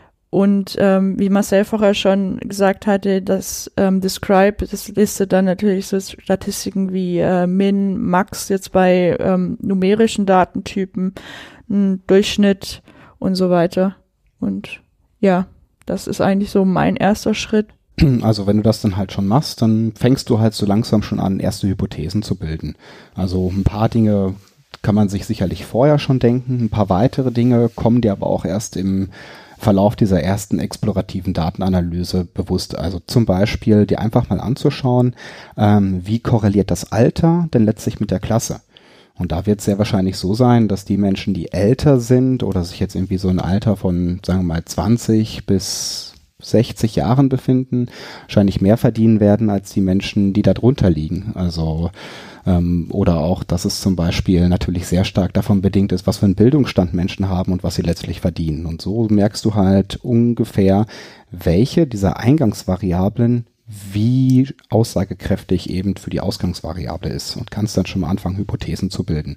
Und ähm, wie Marcel vorher schon gesagt hatte, das ähm, Describe, das listet dann natürlich so Statistiken wie äh, Min, Max jetzt bei ähm, numerischen Datentypen, ein Durchschnitt und so weiter. Und ja, das ist eigentlich so mein erster Schritt. Also wenn du das dann halt schon machst, dann fängst du halt so langsam schon an, erste Hypothesen zu bilden. Also ein paar Dinge kann man sich sicherlich vorher schon denken, ein paar weitere Dinge kommen dir aber auch erst im Verlauf dieser ersten explorativen Datenanalyse bewusst. Also zum Beispiel dir einfach mal anzuschauen, ähm, wie korreliert das Alter denn letztlich mit der Klasse? Und da wird es sehr wahrscheinlich so sein, dass die Menschen, die älter sind oder sich jetzt irgendwie so ein Alter von, sagen wir mal, zwanzig bis sechzig Jahren befinden, wahrscheinlich mehr verdienen werden als die Menschen, die da drunter liegen. Also ähm, oder auch, dass es zum Beispiel natürlich sehr stark davon bedingt ist, was für einen Bildungsstand Menschen haben und was sie letztlich verdienen. Und so merkst du halt ungefähr, welche dieser Eingangsvariablen wie aussagekräftig eben für die Ausgangsvariable ist und kannst dann schon mal anfangen, Hypothesen zu bilden.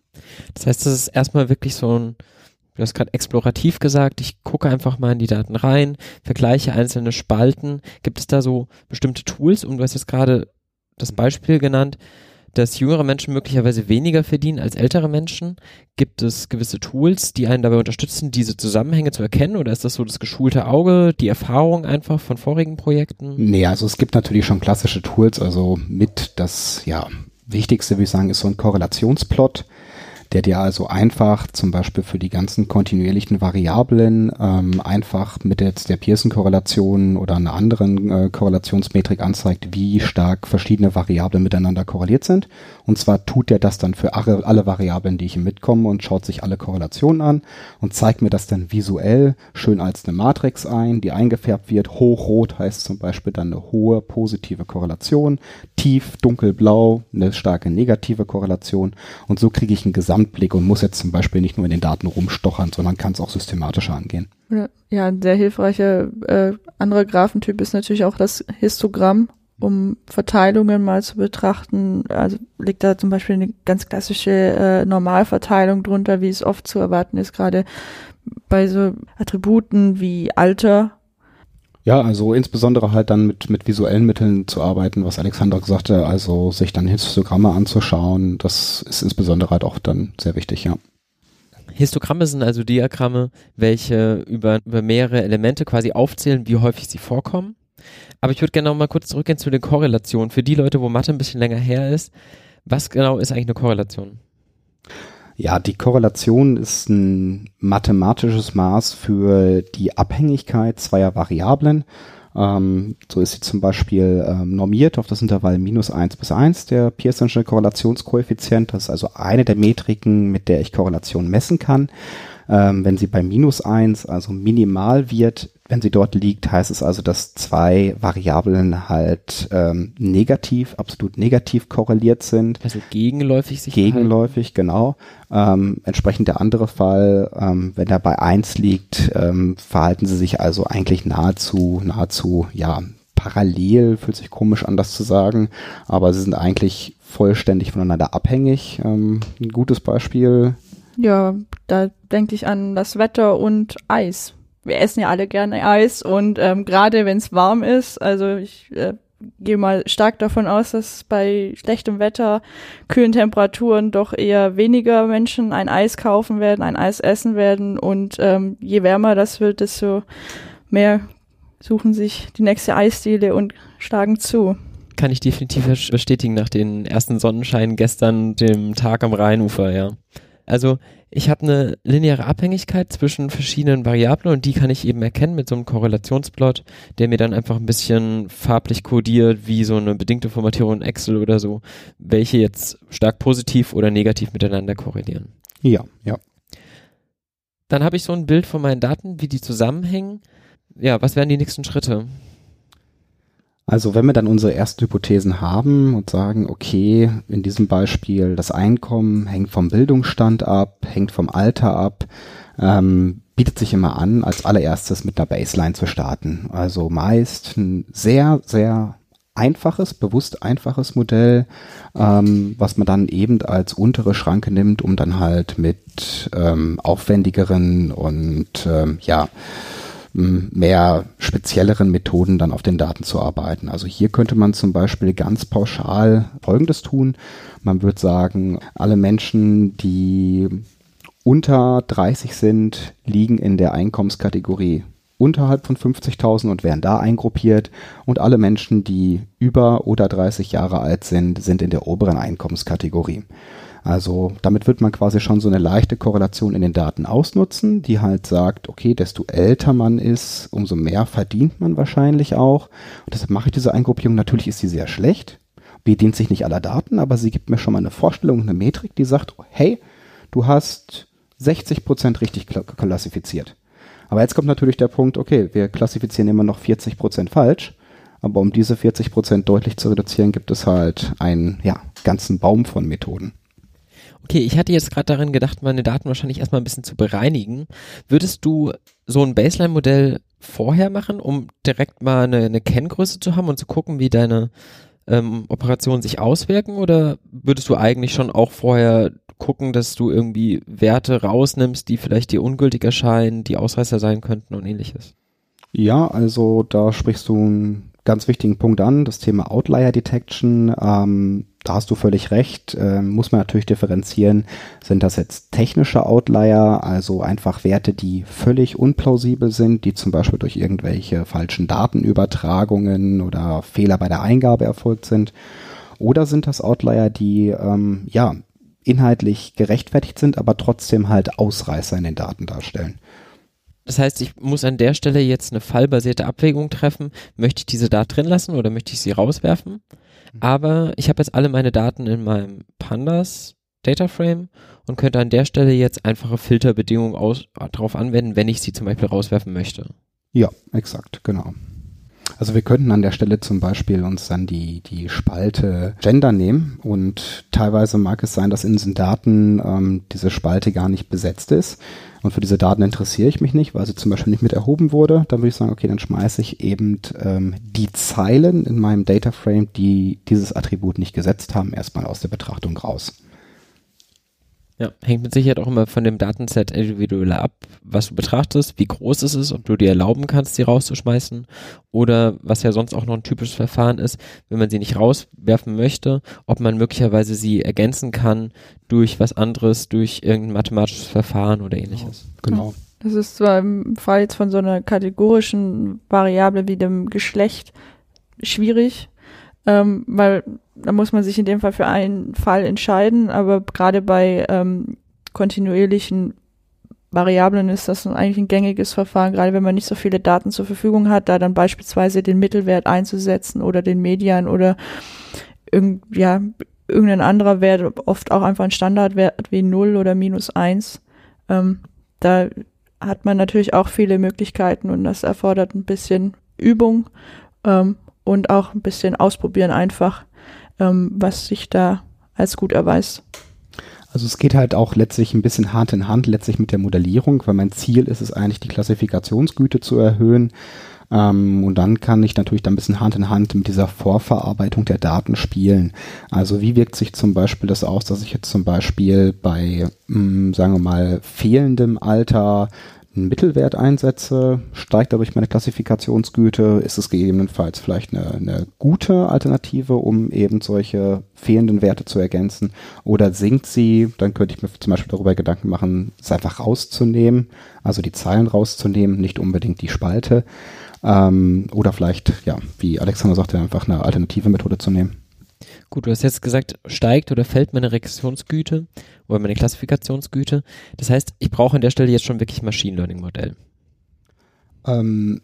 Das heißt, das ist erstmal wirklich so ein, du hast gerade explorativ gesagt, ich gucke einfach mal in die Daten rein, vergleiche einzelne Spalten. Gibt es da so bestimmte Tools? Und du hast jetzt gerade das Beispiel genannt, dass jüngere Menschen möglicherweise weniger verdienen als ältere Menschen. Gibt es gewisse Tools, die einen dabei unterstützen, diese Zusammenhänge zu erkennen? Oder ist das so das geschulte Auge, die Erfahrung einfach von vorigen Projekten? Nee, also es gibt natürlich schon klassische Tools. Also mit das ja wichtigste, würde ich sagen, ist so ein Korrelationsplot, der dir also einfach zum Beispiel für die ganzen kontinuierlichen Variablen ähm, einfach mit jetzt der Pearson-Korrelation oder einer anderen äh, Korrelationsmetrik anzeigt, wie stark verschiedene Variablen miteinander korreliert sind. Und zwar tut er das dann für alle, alle Variablen, die ich ihm mitkomme, und schaut sich alle Korrelationen an und zeigt mir das dann visuell schön als eine Matrix ein, die eingefärbt wird. Hochrot heißt zum Beispiel dann eine hohe positive Korrelation, tief dunkelblau eine starke negative Korrelation, und so kriege ich einen Gesamt Blick und muss jetzt zum Beispiel nicht nur in den Daten rumstochern, sondern kann es auch systematischer angehen. Ja, ein sehr hilfreicher äh, anderer Graphentyp ist natürlich auch das Histogramm, um Verteilungen mal zu betrachten. Also liegt da zum Beispiel eine ganz klassische äh, Normalverteilung drunter, wie es oft zu erwarten ist, gerade bei so Attributen wie Alter. Ja, also insbesondere halt dann mit, mit visuellen Mitteln zu arbeiten, was Alexandra sagte, also sich dann Histogramme anzuschauen, das ist insbesondere halt auch dann sehr wichtig, ja. Histogramme sind also Diagramme, welche über, über mehrere Elemente quasi aufzählen, wie häufig sie vorkommen. Aber ich würde gerne noch mal kurz zurückgehen zu den Korrelationen. Für die Leute, wo Mathe ein bisschen länger her ist, was genau ist eigentlich eine Korrelation? Ja, die Korrelation ist ein mathematisches Maß für die Abhängigkeit zweier Variablen. Ähm, so ist sie zum Beispiel ähm, normiert auf das Intervall minus eins bis eins, der Pearson'sche Korrelationskoeffizient. Das ist also eine der Metriken, mit der ich Korrelation messen kann. Ähm, wenn sie bei minus eins, also minimal wird, wenn sie dort liegt, heißt es also, dass zwei Variablen halt ähm, negativ, absolut negativ korreliert sind. Also gegenläufig sich Gegenläufig, verhalten. Genau. Ähm, entsprechend der andere Fall, ähm, wenn er bei eins liegt, ähm, verhalten sie sich also eigentlich nahezu, nahezu, ja, parallel, fühlt sich komisch an, das zu sagen, aber sie sind eigentlich vollständig voneinander abhängig. Ähm, ein gutes Beispiel. Ja, da denke ich an das Wetter und Eis. Wir essen ja alle gerne Eis und ähm, gerade wenn es warm ist, also ich äh, gehe mal stark davon aus, dass bei schlechtem Wetter, kühlen Temperaturen doch eher weniger Menschen ein Eis kaufen werden, ein Eis essen werden, und ähm, je wärmer das wird, desto mehr suchen sich die nächste Eisdiele und schlagen zu. Kann ich definitiv bestätigen nach den ersten Sonnenscheinen gestern, dem Tag am Rheinufer, ja. Also ich habe eine lineare Abhängigkeit zwischen verschiedenen Variablen und die kann ich eben erkennen mit so einem Korrelationsplot, der mir dann einfach ein bisschen farblich kodiert, wie so eine bedingte Formatierung in Excel oder so, welche jetzt stark positiv oder negativ miteinander korrelieren. Ja, ja. Dann habe ich so ein Bild von meinen Daten, wie die zusammenhängen. ja, was wären die nächsten Schritte? Also wenn wir dann unsere ersten Hypothesen haben und sagen, okay, in diesem Beispiel das Einkommen hängt vom Bildungsstand ab, hängt vom Alter ab, ähm, bietet sich immer an, als allererstes mit einer Baseline zu starten. Also meist ein sehr, sehr einfaches, bewusst einfaches Modell, ähm, was man dann eben als untere Schranke nimmt, um dann halt mit ähm, aufwendigeren und ähm, ja, mehr spezielleren Methoden dann auf den Daten zu arbeiten. Also hier könnte man zum Beispiel ganz pauschal Folgendes tun. Man würde sagen, alle Menschen, die unter dreißig sind, liegen in der Einkommenskategorie unterhalb von fünfzigtausend und werden da eingruppiert, und alle Menschen, die über oder dreißig Jahre alt sind, sind in der oberen Einkommenskategorie. Also damit wird man quasi schon so eine leichte Korrelation in den Daten ausnutzen, die halt sagt, okay, desto älter man ist, umso mehr verdient man wahrscheinlich auch. Und deshalb mache ich diese Eingruppierung. Natürlich ist sie sehr schlecht, bedient sich nicht aller Daten, aber sie gibt mir schon mal eine Vorstellung, eine Metrik, die sagt, hey, du hast sechzig Prozent richtig klassifiziert. Aber jetzt kommt natürlich der Punkt, okay, wir klassifizieren immer noch vierzig Prozent falsch. Aber um diese vierzig Prozent deutlich zu reduzieren, gibt es halt einen ja, ganzen Baum von Methoden. Okay, ich hatte jetzt gerade darin gedacht, meine Daten wahrscheinlich erstmal ein bisschen zu bereinigen. Würdest du so ein Baseline-Modell vorher machen, um direkt mal eine, eine Kenngröße zu haben und zu gucken, wie deine ähm, Operationen sich auswirken? Oder würdest du eigentlich schon auch vorher gucken, dass du irgendwie Werte rausnimmst, die vielleicht dir ungültig erscheinen, die Ausreißer sein könnten und ähnliches? Ja, also da sprichst du einen ganz wichtigen Punkt an, das Thema Outlier Detection. Ähm, da hast du völlig recht, ähm, muss man natürlich differenzieren. Sind das jetzt technische Outlier, also einfach Werte, die völlig unplausibel sind, die zum Beispiel durch irgendwelche falschen Datenübertragungen oder Fehler bei der Eingabe erfolgt sind? Oder sind das Outlier, die ähm, ja inhaltlich gerechtfertigt sind, aber trotzdem halt Ausreißer in den Daten darstellen? Das heißt, ich muss an der Stelle jetzt eine fallbasierte Abwägung treffen. Möchte ich diese da drin lassen oder möchte ich sie rauswerfen? Aber ich habe jetzt alle meine Daten in meinem Pandas Data Frame und könnte an der Stelle jetzt einfache Filterbedingungen aus, darauf anwenden, wenn ich sie zum Beispiel rauswerfen möchte. Ja, exakt, genau. Also wir könnten an der Stelle zum Beispiel uns dann die, die Spalte Gender nehmen, und teilweise mag es sein, dass in diesen Daten ähm, diese Spalte gar nicht besetzt ist, und für diese Daten interessiere ich mich nicht, weil sie zum Beispiel nicht mit erhoben wurde. Dann würde ich sagen, okay, dann schmeiße ich eben ähm, die Zeilen in meinem Data Frame, die dieses Attribut nicht gesetzt haben, erstmal aus der Betrachtung raus. Ja, hängt mit Sicherheit auch immer von dem Datenset individuell ab, was du betrachtest, wie groß es ist, ob du dir erlauben kannst, sie rauszuschmeißen, oder was ja sonst auch noch ein typisches Verfahren ist, wenn man sie nicht rauswerfen möchte, ob man möglicherweise sie ergänzen kann durch was anderes, durch irgendein mathematisches Verfahren oder ähnliches. Genau. Das ist zwar im Fall jetzt von so einer kategorischen Variable wie dem Geschlecht schwierig, ähm, weil da muss man sich in dem Fall für einen Fall entscheiden, aber gerade bei ähm, kontinuierlichen Variablen ist das eigentlich ein gängiges Verfahren, gerade wenn man nicht so viele Daten zur Verfügung hat, da dann beispielsweise den Mittelwert einzusetzen oder den Median oder irgend, ja, irgendein anderer Wert, oft auch einfach ein Standardwert wie null oder minus eins. Ähm, da hat man natürlich auch viele Möglichkeiten, und das erfordert ein bisschen Übung ähm, und auch ein bisschen Ausprobieren einfach, ähm, was sich da als gut erweist. Also es geht halt auch letztlich ein bisschen Hand in Hand letztlich mit der Modellierung, weil mein Ziel ist es eigentlich, die Klassifikationsgüte zu erhöhen. Ähm, und dann kann ich natürlich dann ein bisschen Hand in Hand mit dieser Vorverarbeitung der Daten spielen. Also wie wirkt sich zum Beispiel das aus, dass ich jetzt zum Beispiel bei, mh, sagen wir mal, fehlendem Alter einen Mittelwert einsetze, steigt dadurch meine Klassifikationsgüte, ist es gegebenenfalls vielleicht eine, eine gute Alternative, um eben solche fehlenden Werte zu ergänzen, oder sinkt sie, dann könnte ich mir zum Beispiel darüber Gedanken machen, es einfach rauszunehmen, also die Zeilen rauszunehmen, nicht unbedingt die Spalte, ähm, oder vielleicht, ja, wie Alexander sagte, einfach eine alternative Methode zu nehmen. Gut, du hast jetzt gesagt, steigt oder fällt meine Regressionsgüte oder meine Klassifikationsgüte. Das heißt, ich brauche an der Stelle jetzt schon wirklich Machine Learning Modell. Ähm,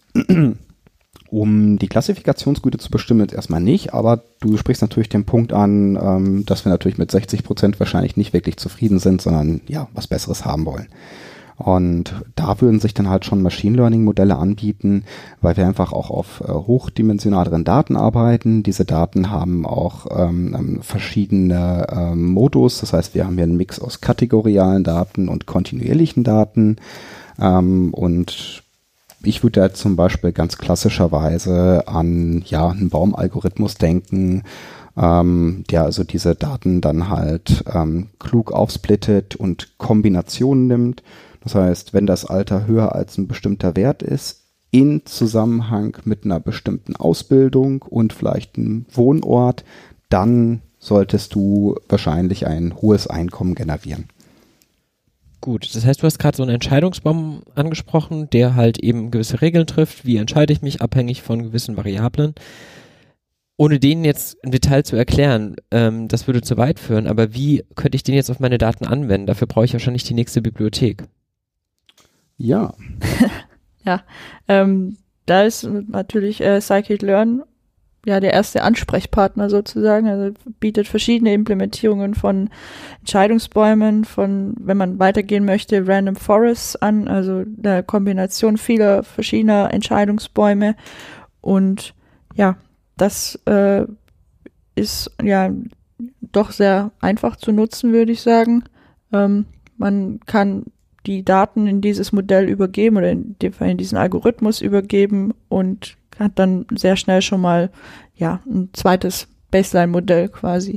um die Klassifikationsgüte zu bestimmen, jetzt erstmal nicht, aber du sprichst natürlich den Punkt an, ähm, dass wir natürlich mit sechzig Prozent wahrscheinlich nicht wirklich zufrieden sind, sondern ja, was Besseres haben wollen. Und da würden sich dann halt schon Machine Learning Modelle anbieten, weil wir einfach auch auf äh, hochdimensionaleren Daten arbeiten. Diese Daten haben auch ähm, verschiedene ähm, Modus. Das heißt, wir haben hier einen Mix aus kategorialen Daten und kontinuierlichen Daten. Ähm, und ich würde da zum Beispiel ganz klassischerweise an ja einen Baumalgorithmus denken, ähm, der also diese Daten dann halt ähm, klug aufsplittet und Kombinationen nimmt. Das heißt, wenn das Alter höher als ein bestimmter Wert ist, in Zusammenhang mit einer bestimmten Ausbildung und vielleicht einem Wohnort, dann solltest du wahrscheinlich ein hohes Einkommen generieren. Gut, das heißt, du hast gerade so einen Entscheidungsbaum angesprochen, der halt eben gewisse Regeln trifft. Wie entscheide ich mich abhängig von gewissen Variablen? Ohne den jetzt im Detail zu erklären, ähm, das würde zu weit führen, aber wie könnte ich den jetzt auf meine Daten anwenden? Dafür brauche ich wahrscheinlich die nächste Bibliothek. Ja. ja, ähm, da ist natürlich äh, Scikit-Learn ja der erste Ansprechpartner sozusagen. Also bietet verschiedene Implementierungen von Entscheidungsbäumen, von, wenn man weitergehen möchte, Random Forests an, also eine Kombination vieler verschiedener Entscheidungsbäume. Und ja, das äh, ist ja doch sehr einfach zu nutzen, würde ich sagen. Ähm, man kann die Daten in dieses Modell übergeben oder in dem Fall in diesen Algorithmus übergeben und hat dann sehr schnell schon mal ja ein zweites Baseline-Modell quasi.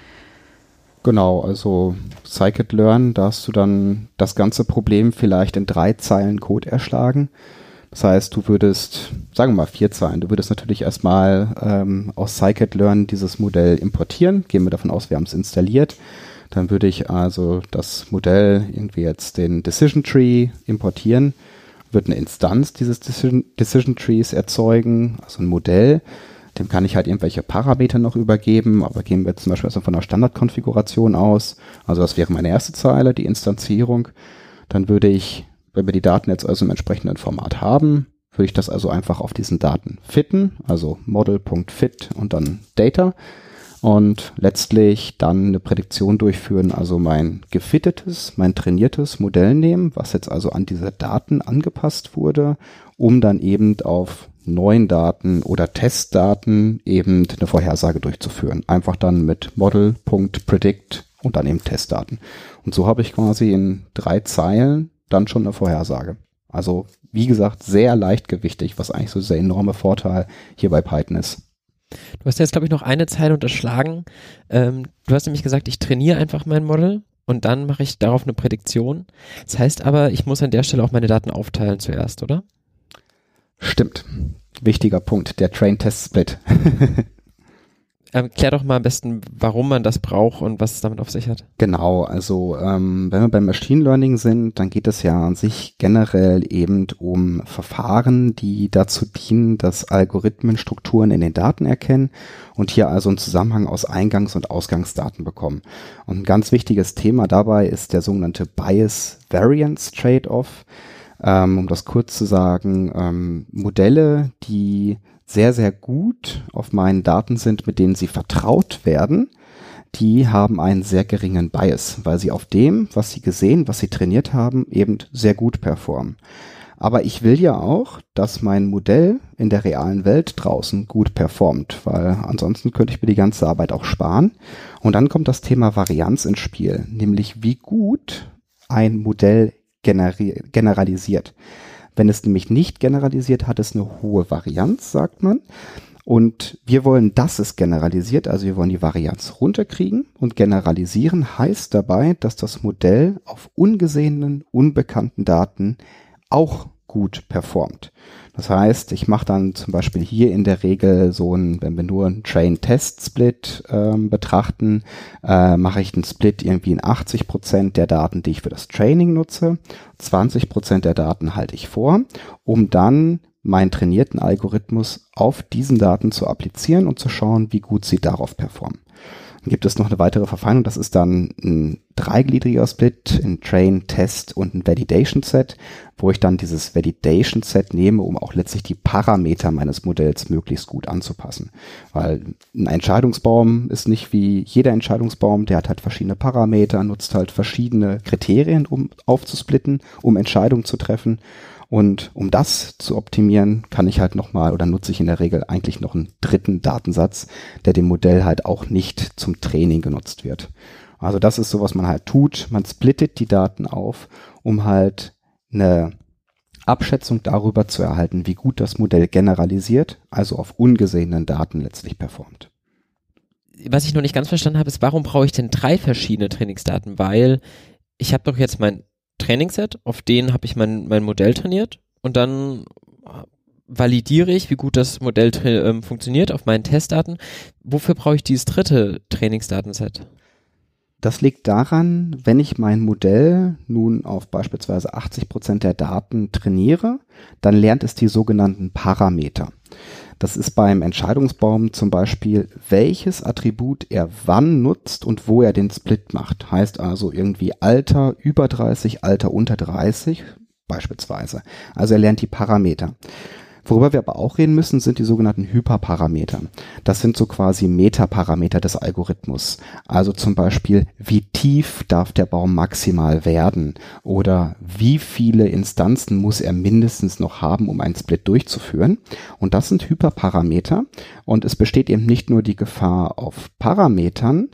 Genau, also Scikit-Learn, da hast du dann das ganze Problem vielleicht in drei Zeilen Code erschlagen. Das heißt, du würdest, sagen wir mal vier Zeilen, du würdest natürlich erstmal ähm, aus Scikit-Learn dieses Modell importieren. Gehen wir davon aus, wir haben es installiert. Dann würde ich also das Modell irgendwie jetzt den Decision Tree importieren, würde eine Instanz dieses Decision, Decision Trees erzeugen, also ein Modell. Dem kann ich halt irgendwelche Parameter noch übergeben, aber gehen wir zum Beispiel also von einer Standardkonfiguration aus. Also das wäre meine erste Zeile, die Instanzierung. Dann würde ich, wenn wir die Daten jetzt also im entsprechenden Format haben, würde ich das also einfach auf diesen Daten fitten, also model.fit und dann Data. Und letztlich dann eine Prädiktion durchführen, also mein gefittetes, mein trainiertes Modell nehmen, was jetzt also an diese Daten angepasst wurde, um dann eben auf neuen Daten oder Testdaten eben eine Vorhersage durchzuführen. Einfach dann mit model.predict und dann eben Testdaten. Und so habe ich quasi in drei Zeilen dann schon eine Vorhersage. Also wie gesagt, sehr leichtgewichtig, was eigentlich so dieser enorme Vorteil hier bei Python ist. Du hast jetzt, glaube ich, noch eine Zeile unterschlagen. Ähm, du hast nämlich gesagt, ich trainiere einfach mein Model und dann mache ich darauf eine Prädiktion. Das heißt aber, ich muss an der Stelle auch meine Daten aufteilen zuerst, oder? Stimmt. Wichtiger Punkt, der Train-Test-Split. Ähm, klär doch mal am besten, warum man das braucht und was es damit auf sich hat. Genau, also ähm, wenn wir beim Machine Learning sind, dann geht es ja an sich generell eben um Verfahren, die dazu dienen, dass Algorithmen Strukturen in den Daten erkennen und hier also einen Zusammenhang aus Eingangs- und Ausgangsdaten bekommen. Und ein ganz wichtiges Thema dabei ist der sogenannte Bias-Variance-Trade-off. Ähm, um das kurz zu sagen, ähm, Modelle, die sehr, sehr gut auf meinen Daten sind, mit denen sie vertraut werden, die haben einen sehr geringen Bias, weil sie auf dem, was sie gesehen, was sie trainiert haben, eben sehr gut performen. Aber ich will ja auch, dass mein Modell in der realen Welt draußen gut performt, weil ansonsten könnte ich mir die ganze Arbeit auch sparen. Und dann kommt das Thema Varianz ins Spiel, nämlich wie gut ein Modell generi- generalisiert. Wenn es nämlich nicht generalisiert, hat es eine hohe Varianz, sagt man. Und wir wollen, dass es generalisiert, also wir wollen die Varianz runterkriegen. Und generalisieren heißt dabei, dass das Modell auf ungesehenen, unbekannten Daten auch gut performt. Das heißt, ich mache dann zum Beispiel hier in der Regel so ein, wenn wir nur einen Train-Test-Split ähm, betrachten, äh, mache ich einen Split irgendwie in achtzig Prozent der Daten, die ich für das Training nutze, zwanzig Prozent der Daten halte ich vor, um dann meinen trainierten Algorithmus auf diesen Daten zu applizieren und zu schauen, wie gut sie darauf performen. Dann gibt es noch eine weitere Verfeinerung, das ist dann ein dreigliedriger Split, ein Train, Test und ein Validation Set, wo ich dann dieses Validation Set nehme, um auch letztlich die Parameter meines Modells möglichst gut anzupassen. Weil ein Entscheidungsbaum ist nicht wie jeder Entscheidungsbaum, der hat halt verschiedene Parameter, nutzt halt verschiedene Kriterien, um aufzusplitten, um Entscheidungen zu treffen. Und um das zu optimieren, kann ich halt nochmal oder nutze ich in der Regel eigentlich noch einen dritten Datensatz, der dem Modell halt auch nicht zum Training genutzt wird. Also das ist so, was man halt tut. Man splittet die Daten auf, um halt eine Abschätzung darüber zu erhalten, wie gut das Modell generalisiert, also auf ungesehenen Daten letztlich performt. Was ich noch nicht ganz verstanden habe, ist, warum brauche ich denn drei verschiedene Trainingsdaten? Weil ich habe doch jetzt mein Trainingsset, auf den habe ich mein, mein Modell trainiert und dann validiere ich, wie gut das Modell tra- ähm, funktioniert auf meinen Testdaten. Wofür brauche ich dieses dritte Trainingsdatenset? Das liegt daran, wenn ich mein Modell nun auf beispielsweise achtzig Prozent der Daten trainiere, dann lernt es die sogenannten Parameter. Das ist beim Entscheidungsbaum zum Beispiel, welches Attribut er wann nutzt und wo er den Split macht. Heißt also irgendwie Alter über dreißig, Alter unter dreißig beispielsweise. Also er lernt die Parameter. Worüber wir aber auch reden müssen, sind die sogenannten Hyperparameter. Das sind so quasi Metaparameter des Algorithmus. Also zum Beispiel, wie tief darf der Baum maximal werden oder wie viele Instanzen muss er mindestens noch haben, um einen Split durchzuführen. Und das sind Hyperparameter und es besteht eben nicht nur die Gefahr auf Parametern,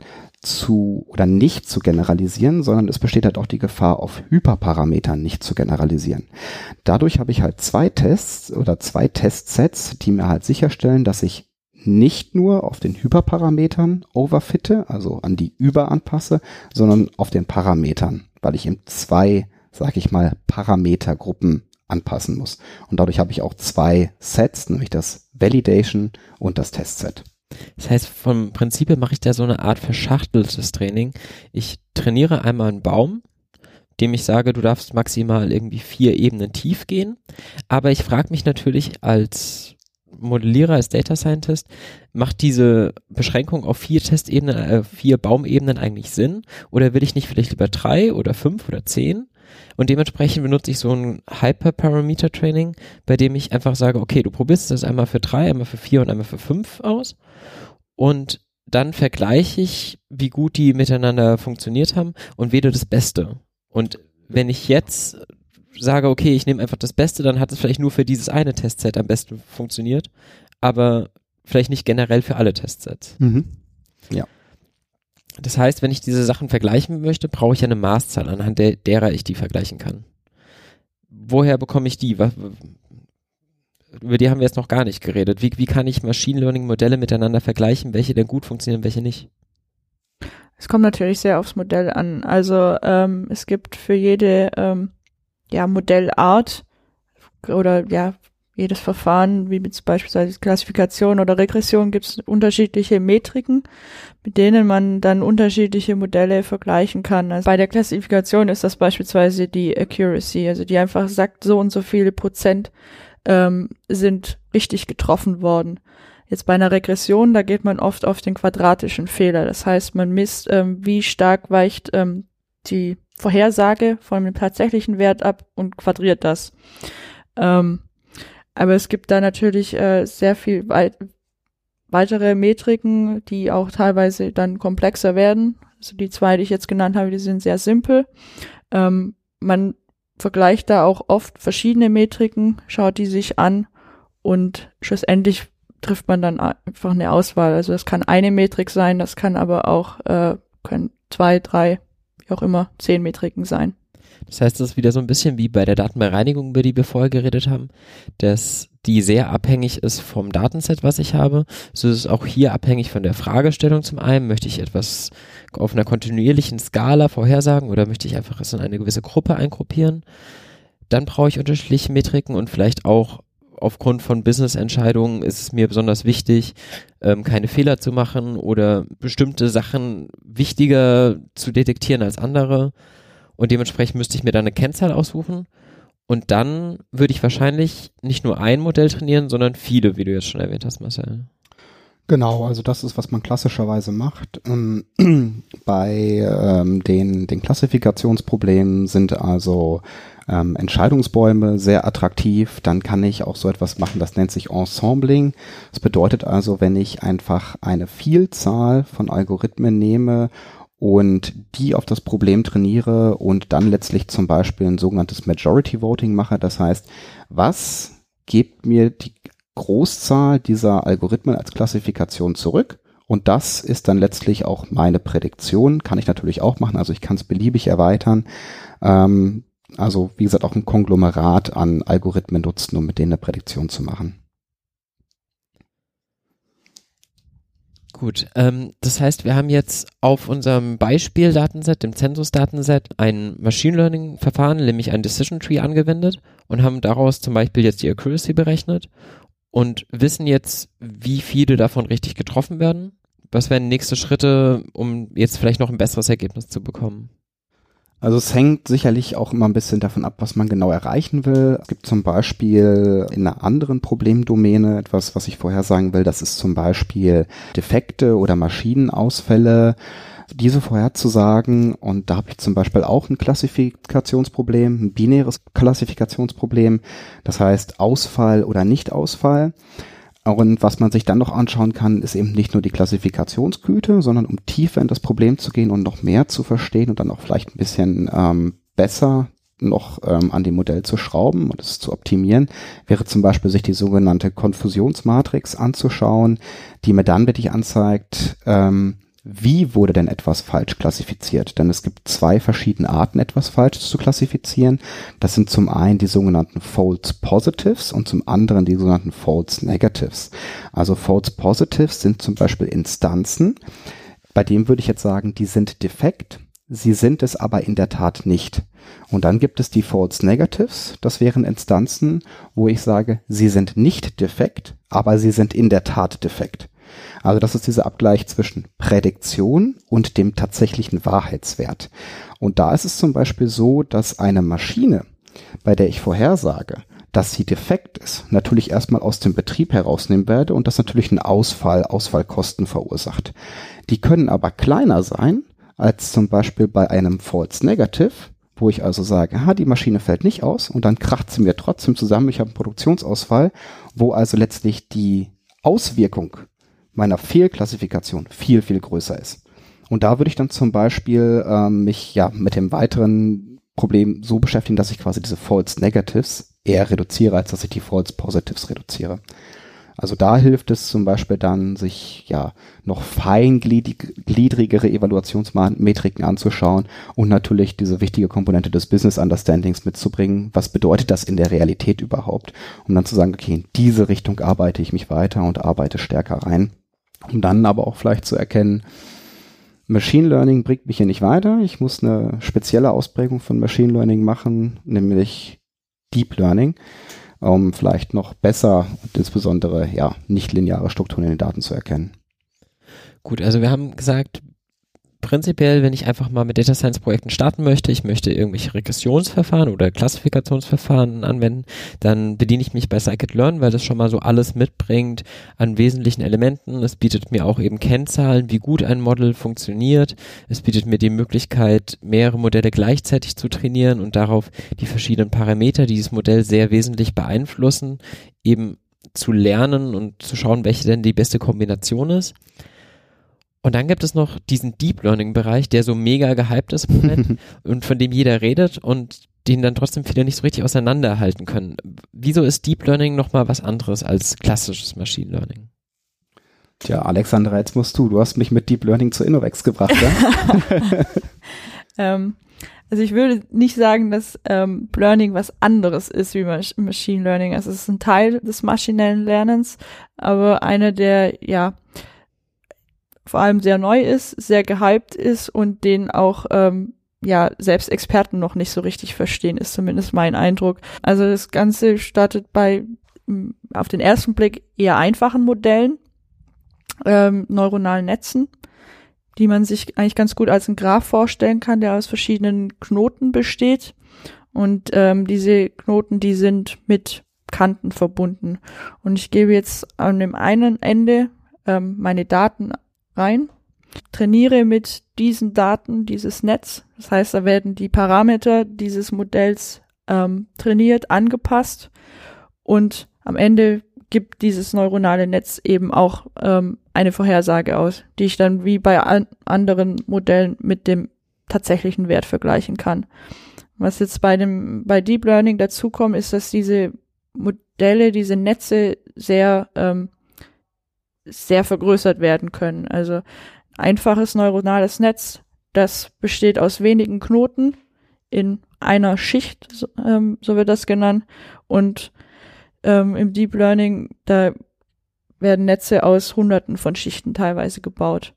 zu oder nicht zu generalisieren, sondern es besteht halt auch die Gefahr, auf Hyperparametern nicht zu generalisieren. Dadurch habe ich halt zwei Tests oder zwei Testsets, die mir halt sicherstellen, dass ich nicht nur auf den Hyperparametern overfitte, also an die überanpasse, sondern auf den Parametern, weil ich eben zwei, sag ich mal, Parametergruppen anpassen muss. Und dadurch habe ich auch zwei Sets, nämlich das Validation und das Testset. Das heißt, vom Prinzip her mache ich da so eine Art verschachteltes Training. Ich trainiere einmal einen Baum, dem ich sage, du darfst maximal irgendwie vier Ebenen tief gehen. Aber ich frage mich natürlich als Modellierer, als Data Scientist, macht diese Beschränkung auf vier Testebenen, äh, vier Baumebenen eigentlich Sinn? Oder will ich nicht vielleicht lieber drei oder fünf oder zehn? Und dementsprechend benutze ich so ein Hyperparameter-Training, bei dem ich einfach sage, okay, du probierst das einmal für drei, einmal für vier und einmal für fünf aus und dann vergleiche ich, wie gut die miteinander funktioniert haben und wähle das Beste. Und wenn ich jetzt sage, okay, ich nehme einfach das Beste, dann hat es vielleicht nur für dieses eine Testset am besten funktioniert, aber vielleicht nicht generell für alle Testsets. Mhm. Ja. Das heißt, wenn ich diese Sachen vergleichen möchte, brauche ich eine Maßzahl, anhand der, derer ich die vergleichen kann. Woher bekomme ich die? Was, über die haben wir jetzt noch gar nicht geredet. Wie, wie kann ich Machine Learning Modelle miteinander vergleichen, welche denn gut funktionieren, welche nicht? Es kommt natürlich sehr aufs Modell an. Also ähm, es gibt für jede ähm, ja, Modellart oder ja jedes Verfahren, wie mit beispielsweise Klassifikation oder Regression, gibt es unterschiedliche Metriken, mit denen man dann unterschiedliche Modelle vergleichen kann. Also bei der Klassifikation ist das beispielsweise die Accuracy, also die einfach sagt, so und so viele Prozent ähm, sind richtig getroffen worden. Jetzt bei einer Regression, da geht man oft auf den quadratischen Fehler. Das heißt, man misst, ähm, wie stark weicht ähm, die Vorhersage von dem tatsächlichen Wert ab und quadriert das. Ähm, Aber es gibt da natürlich äh, sehr viel weit weitere Metriken, die auch teilweise dann komplexer werden. Also die zwei, die ich jetzt genannt habe, die sind sehr simpel. Ähm, man vergleicht da auch oft verschiedene Metriken, schaut die sich an und schlussendlich trifft man dann einfach eine Auswahl. Also das kann eine Metrik sein, das kann aber auch äh, können zwei, drei, wie auch immer, zehn Metriken sein. Das heißt, das ist wieder so ein bisschen wie bei der Datenbereinigung, über die wir vorher geredet haben, dass die sehr abhängig ist vom Datenset, was ich habe. So ist es auch hier abhängig von der Fragestellung zum einen. Möchte ich etwas auf einer kontinuierlichen Skala vorhersagen oder möchte ich einfach es in eine gewisse Gruppe eingruppieren? Dann brauche ich unterschiedliche Metriken und vielleicht auch aufgrund von Business-Entscheidungen ist es mir besonders wichtig, ähm, keine Fehler zu machen oder bestimmte Sachen wichtiger zu detektieren als andere. Und dementsprechend müsste ich mir dann eine Kennzahl aussuchen und dann würde ich wahrscheinlich nicht nur ein Modell trainieren, sondern viele, wie du jetzt schon erwähnt hast, Marcel. Genau, also das ist, was man klassischerweise macht. Ähm, bei ähm, den, den Klassifikationsproblemen sind also ähm, Entscheidungsbäume sehr attraktiv. Dann kann ich auch so etwas machen, das nennt sich Ensembling. Das bedeutet also, wenn ich einfach eine Vielzahl von Algorithmen nehme und die auf das Problem trainiere und dann letztlich zum Beispiel ein sogenanntes Majority Voting mache. Das heißt, was gibt mir die Großzahl dieser Algorithmen als Klassifikation zurück? Und das ist dann letztlich auch meine Prädiktion. Kann ich natürlich auch machen. Also ich kann es beliebig erweitern. Ähm, also wie gesagt, auch ein Konglomerat an Algorithmen nutzen, um mit denen eine Prädiktion zu machen. Gut, ähm, das heißt, wir haben jetzt auf unserem Beispiel-Datenset, dem Census-Datenset, ein Machine Learning-Verfahren, nämlich ein Decision Tree angewendet und haben daraus zum Beispiel jetzt die Accuracy berechnet und wissen jetzt, wie viele davon richtig getroffen werden. Was wären nächste Schritte, um jetzt vielleicht noch ein besseres Ergebnis zu bekommen? Also es hängt sicherlich auch immer ein bisschen davon ab, was man genau erreichen will. Es gibt zum Beispiel in einer anderen Problemdomäne etwas, was ich vorher sagen will, das ist zum Beispiel Defekte oder Maschinenausfälle, diese vorherzusagen. Und da habe ich zum Beispiel auch ein Klassifikationsproblem, ein binäres Klassifikationsproblem, das heißt Ausfall oder Nicht-Ausfall. Und was man sich dann noch anschauen kann, ist eben nicht nur die Klassifikationsgüte, sondern um tiefer in das Problem zu gehen und noch mehr zu verstehen und dann auch vielleicht ein bisschen ähm, besser noch ähm, an dem Modell zu schrauben und es zu optimieren, wäre zum Beispiel sich die sogenannte Konfusionsmatrix anzuschauen, die mir dann wirklich anzeigt, ähm, wie wurde denn etwas falsch klassifiziert? Denn es gibt zwei verschiedene Arten, etwas falsch zu klassifizieren. Das sind zum einen die sogenannten False Positives und zum anderen die sogenannten False Negatives. Also False Positives sind zum Beispiel Instanzen, bei denen würde ich jetzt sagen, die sind defekt, sie sind es aber in der Tat nicht. Und dann gibt es die False Negatives, das wären Instanzen, wo ich sage, sie sind nicht defekt, aber sie sind in der Tat defekt. Also das ist dieser Abgleich zwischen Prädiktion und dem tatsächlichen Wahrheitswert. Und da ist es zum Beispiel so, dass eine Maschine, bei der ich vorhersage, dass sie defekt ist, natürlich erstmal aus dem Betrieb herausnehmen werde und das natürlich einen Ausfall, Ausfallkosten verursacht. Die können aber kleiner sein als zum Beispiel bei einem False Negative, wo ich also sage, aha, die Maschine fällt nicht aus und dann kracht sie mir trotzdem zusammen, ich habe einen Produktionsausfall, wo also letztlich die Auswirkung meiner Fehlklassifikation viel, viel größer ist. Und da würde ich dann zum Beispiel ähm, mich ja mit dem weiteren Problem so beschäftigen, dass ich quasi diese False Negatives eher reduziere, als dass ich die False Positives reduziere. Also da hilft es zum Beispiel dann, sich ja noch feingliedrigere Evaluationsmetriken anzuschauen und natürlich diese wichtige Komponente des Business Understandings mitzubringen. Was bedeutet das in der Realität überhaupt? Um dann zu sagen, okay, in diese Richtung arbeite ich mich weiter und arbeite stärker rein. Um dann aber auch vielleicht zu erkennen, Machine Learning bringt mich hier nicht weiter. Ich muss eine spezielle Ausprägung von Machine Learning machen, nämlich Deep Learning, um vielleicht noch besser und insbesondere ja nicht lineare Strukturen in den Daten zu erkennen. Gut, also wir haben gesagt, prinzipiell, wenn ich einfach mal mit Data Science Projekten starten möchte, ich möchte irgendwelche Regressionsverfahren oder Klassifikationsverfahren anwenden, dann bediene ich mich bei Scikit-Learn, weil das schon mal so alles mitbringt an wesentlichen Elementen. Es bietet mir auch eben Kennzahlen, wie gut ein Model funktioniert. Es bietet mir die Möglichkeit, mehrere Modelle gleichzeitig zu trainieren und darauf die verschiedenen Parameter, die dieses Modell sehr wesentlich beeinflussen, eben zu lernen und zu schauen, welche denn die beste Kombination ist. Und dann gibt es noch diesen Deep Learning Bereich, der so mega gehypt ist im Moment und von dem jeder redet und den dann trotzdem viele nicht so richtig auseinanderhalten können. Wieso ist Deep Learning nochmal was anderes als klassisches Machine Learning? Tja, Alexandra, jetzt musst du. Du hast mich mit Deep Learning zu Innovex gebracht, ja? ähm, also ich würde nicht sagen, dass ähm, Learning was anderes ist wie Mach- Machine Learning. Also es ist ein Teil des maschinellen Lernens, aber einer der, ja, vor allem sehr neu ist, sehr gehypt ist und den auch ähm, ja selbst Experten noch nicht so richtig verstehen, ist zumindest mein Eindruck. Also das Ganze startet bei m, auf den ersten Blick eher einfachen Modellen, ähm, neuronalen Netzen, die man sich eigentlich ganz gut als einen Graph vorstellen kann, der aus verschiedenen Knoten besteht. Und ähm, diese Knoten, die sind mit Kanten verbunden. Und ich gebe jetzt an dem einen Ende ähm, meine Daten rein, trainiere mit diesen Daten dieses Netz. Das heißt, da werden die Parameter dieses Modells ähm, trainiert, angepasst und am Ende gibt dieses neuronale Netz eben auch ähm, eine Vorhersage aus, die ich dann wie bei an anderen Modellen mit dem tatsächlichen Wert vergleichen kann. Was jetzt bei dem bei Deep Learning dazukommt, ist, dass diese Modelle, diese Netze sehr ähm, sehr vergrößert werden können. Also einfaches neuronales Netz, das besteht aus wenigen Knoten in einer Schicht, so, ähm, so wird das genannt. Und ähm, im Deep Learning, da werden Netze aus Hunderten von Schichten teilweise gebaut.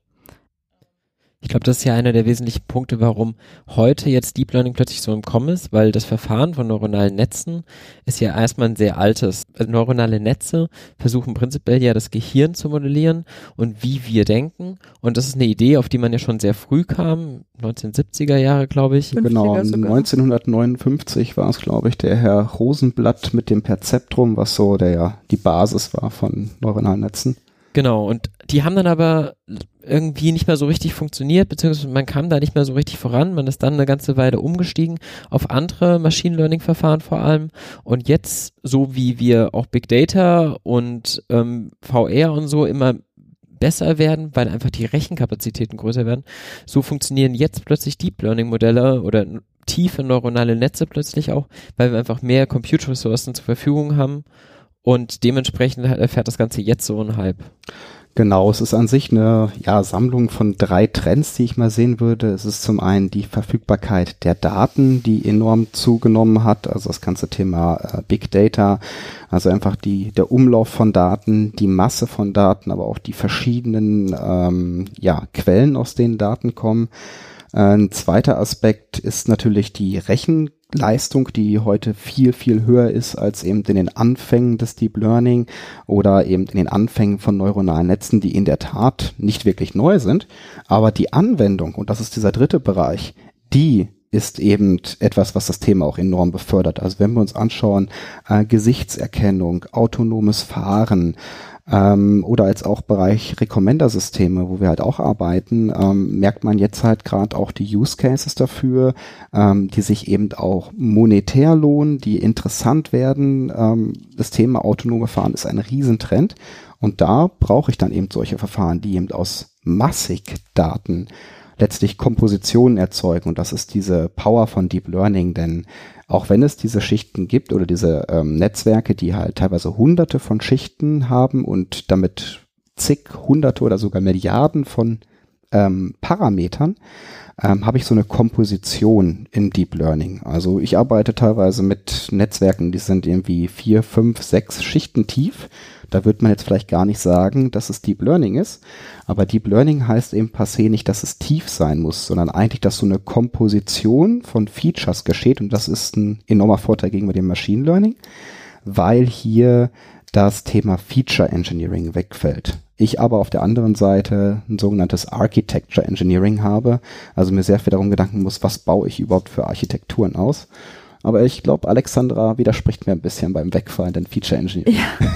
Ich glaube, das ist ja einer der wesentlichen Punkte, warum heute jetzt Deep Learning plötzlich so im Kommen ist, weil das Verfahren von neuronalen Netzen ist ja erstmal ein sehr altes. Also neuronale Netze versuchen prinzipiell ja das Gehirn zu modellieren und wie wir denken. Und das ist eine Idee, auf die man ja schon sehr früh kam, neunzehnhundertsiebziger Jahre, glaube ich. Genau, neunzehnhundertneunundfünfzig war es, glaube ich, der Herr Rosenblatt mit dem Perzeptrum, was so der die Basis war von neuronalen Netzen. Genau, und die haben dann aber irgendwie nicht mehr so richtig funktioniert, beziehungsweise man kam da nicht mehr so richtig voran. Man ist dann eine ganze Weile umgestiegen auf andere Machine Learning Verfahren vor allem. Und jetzt, so wie wir auch Big Data und ähm, V R und so immer besser werden, weil einfach die Rechenkapazitäten größer werden, so funktionieren jetzt plötzlich Deep Learning Modelle oder tiefe neuronale Netze plötzlich auch, weil wir einfach mehr Compute-Ressourcen zur Verfügung haben. Und dementsprechend erfährt das Ganze jetzt so einen Hype. Genau, es ist an sich eine ja, Sammlung von drei Trends, die ich mal sehen würde. Es ist zum einen die Verfügbarkeit der Daten, die enorm zugenommen hat, also das ganze Thema äh, Big Data, also einfach die der Umlauf von Daten, die Masse von Daten, aber auch die verschiedenen ähm, ja, Quellen, aus denen Daten kommen. Ein zweiter Aspekt ist natürlich die Rechenleistung, die heute viel, viel höher ist als eben in den Anfängen des Deep Learning oder eben in den Anfängen von neuronalen Netzen, die in der Tat nicht wirklich neu sind. Aber die Anwendung, und das ist dieser dritte Bereich, die ist eben etwas, was das Thema auch enorm befördert. Also wenn wir uns anschauen, äh, Gesichtserkennung, autonomes Fahren, Ähm, oder als auch Bereich Recommender-Systeme, wo wir halt auch arbeiten, ähm, merkt man jetzt halt gerade auch die Use Cases dafür, ähm, die sich eben auch monetär lohnen, die interessant werden. Ähm, das Thema autonome Fahren ist ein Riesentrend und da brauche ich dann eben solche Verfahren, die eben aus massig Daten letztlich Kompositionen erzeugen und das ist diese Power von Deep Learning, denn auch wenn es diese Schichten gibt oder diese ähm, Netzwerke, die halt teilweise hunderte von Schichten haben und damit zig, hunderte oder sogar Milliarden von ähm, Parametern, ähm, habe ich so eine Komposition im Deep Learning. Also ich arbeite teilweise mit Netzwerken, die sind irgendwie vier, fünf, sechs Schichten tief. Da wird man jetzt vielleicht gar nicht sagen, dass es Deep Learning ist, aber Deep Learning heißt eben per se nicht, dass es tief sein muss, sondern eigentlich, dass so eine Komposition von Features geschieht und das ist ein enormer Vorteil gegenüber dem Machine Learning, weil hier das Thema Feature Engineering wegfällt. Ich aber auf der anderen Seite ein sogenanntes Architecture Engineering habe, also mir sehr viel darum Gedanken muss, was baue ich überhaupt für Architekturen aus. Aber ich glaube, Alexandra widerspricht mir ein bisschen beim wegfallenden Feature Engineering.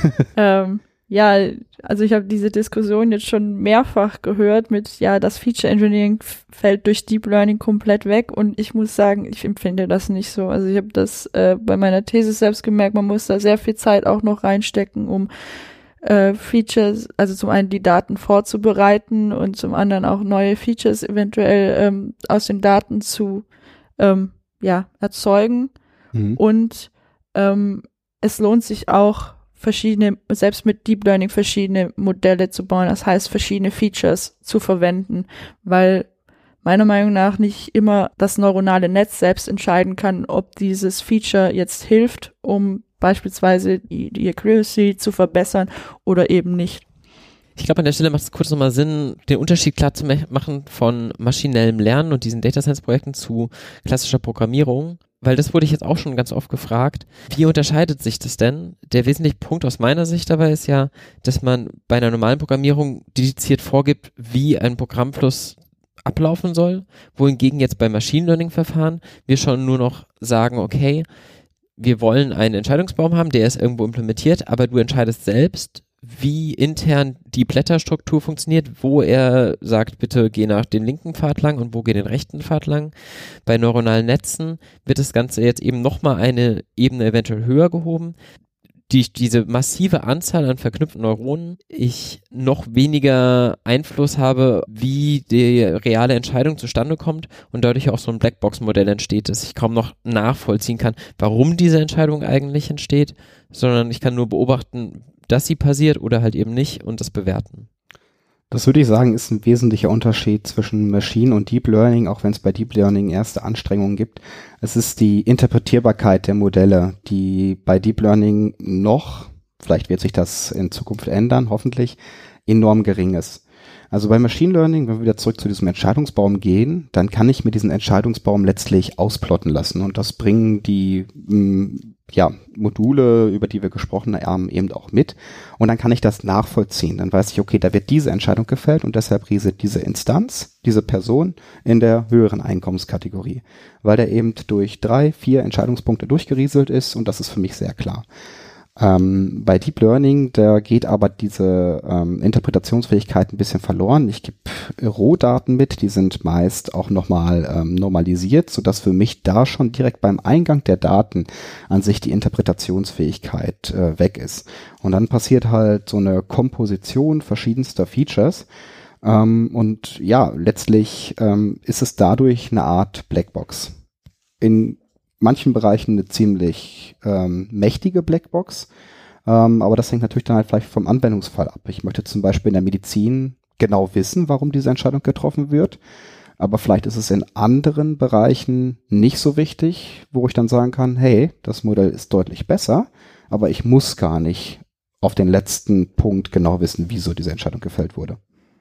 Ja, ähm, ja also ich habe diese Diskussion jetzt schon mehrfach gehört mit, ja, das Feature Engineering fällt durch Deep Learning komplett weg und ich muss sagen, ich empfinde das nicht so. Also ich habe das äh, bei meiner These selbst gemerkt, man muss da sehr viel Zeit auch noch reinstecken, um äh, Features, also zum einen die Daten vorzubereiten und zum anderen auch neue Features eventuell ähm, aus den Daten zu ähm, ja, erzeugen. Mhm. Und ähm, es lohnt sich auch, verschiedene, selbst mit Deep Learning verschiedene Modelle zu bauen, das heißt verschiedene Features zu verwenden, weil meiner Meinung nach nicht immer das neuronale Netz selbst entscheiden kann, ob dieses Feature jetzt hilft, um beispielsweise die, die Accuracy zu verbessern oder eben nicht. Ich glaube, an der Stelle macht es kurz nochmal Sinn, den Unterschied klar zu machen von maschinellem Lernen und diesen Data Science Projekten zu klassischer Programmierung, weil das wurde ich jetzt auch schon ganz oft gefragt. Wie unterscheidet sich das denn? Der wesentliche Punkt aus meiner Sicht dabei ist ja, dass man bei einer normalen Programmierung dediziert vorgibt, wie ein Programmfluss ablaufen soll, wohingegen jetzt bei Machine Learning Verfahren wir schon nur noch sagen, okay, wir wollen einen Entscheidungsbaum haben, der ist irgendwo implementiert, aber du entscheidest selbst, wie intern die Blätterstruktur funktioniert, wo er sagt, bitte geh nach den linken Pfad lang und wo geh den rechten Pfad lang. Bei neuronalen Netzen wird das Ganze jetzt eben nochmal eine Ebene eventuell höher gehoben. Die, diese massive Anzahl an verknüpften Neuronen, ich noch weniger Einfluss habe, wie die reale Entscheidung zustande kommt und dadurch auch so ein Blackbox-Modell entsteht, dass ich kaum noch nachvollziehen kann, warum diese Entscheidung eigentlich entsteht, sondern ich kann nur beobachten, dass sie passiert oder halt eben nicht und das bewerten. Das würde ich sagen, ist ein wesentlicher Unterschied zwischen Machine und Deep Learning, auch wenn es bei Deep Learning erste Anstrengungen gibt. Es ist die Interpretierbarkeit der Modelle, die bei Deep Learning noch, vielleicht wird sich das in Zukunft ändern, hoffentlich, enorm gering ist. Also bei Machine Learning, wenn wir wieder zurück zu diesem Entscheidungsbaum gehen, dann kann ich mir diesen Entscheidungsbaum letztlich ausplotten lassen und das bringen die mh, ja, Module, über die wir gesprochen haben, eben auch mit und dann kann ich das nachvollziehen. Dann weiß ich, okay, da wird diese Entscheidung gefällt und deshalb rieselt diese Instanz, diese Person in der höheren Einkommenskategorie, weil der eben durch drei, vier Entscheidungspunkte durchgerieselt ist und das ist für mich sehr klar. Ähm, bei Deep Learning, da geht aber diese ähm, Interpretationsfähigkeit ein bisschen verloren. Ich gebe Rohdaten mit, die sind meist auch nochmal ähm, normalisiert, sodass für mich da schon direkt beim Eingang der Daten an sich die Interpretationsfähigkeit äh, weg ist. Und dann passiert halt so eine Komposition verschiedenster Features. Ähm, und ja, letztlich ähm, ist es dadurch eine Art Blackbox. In manchen Bereichen eine ziemlich ähm, mächtige Blackbox, ähm, aber das hängt natürlich dann halt vielleicht vom Anwendungsfall ab. Ich möchte zum Beispiel in der Medizin genau wissen, warum diese Entscheidung getroffen wird, aber vielleicht ist es in anderen Bereichen nicht so wichtig, wo ich dann sagen kann, hey, das Modell ist deutlich besser, aber ich muss gar nicht auf den letzten Punkt genau wissen, wieso diese Entscheidung gefällt wurde.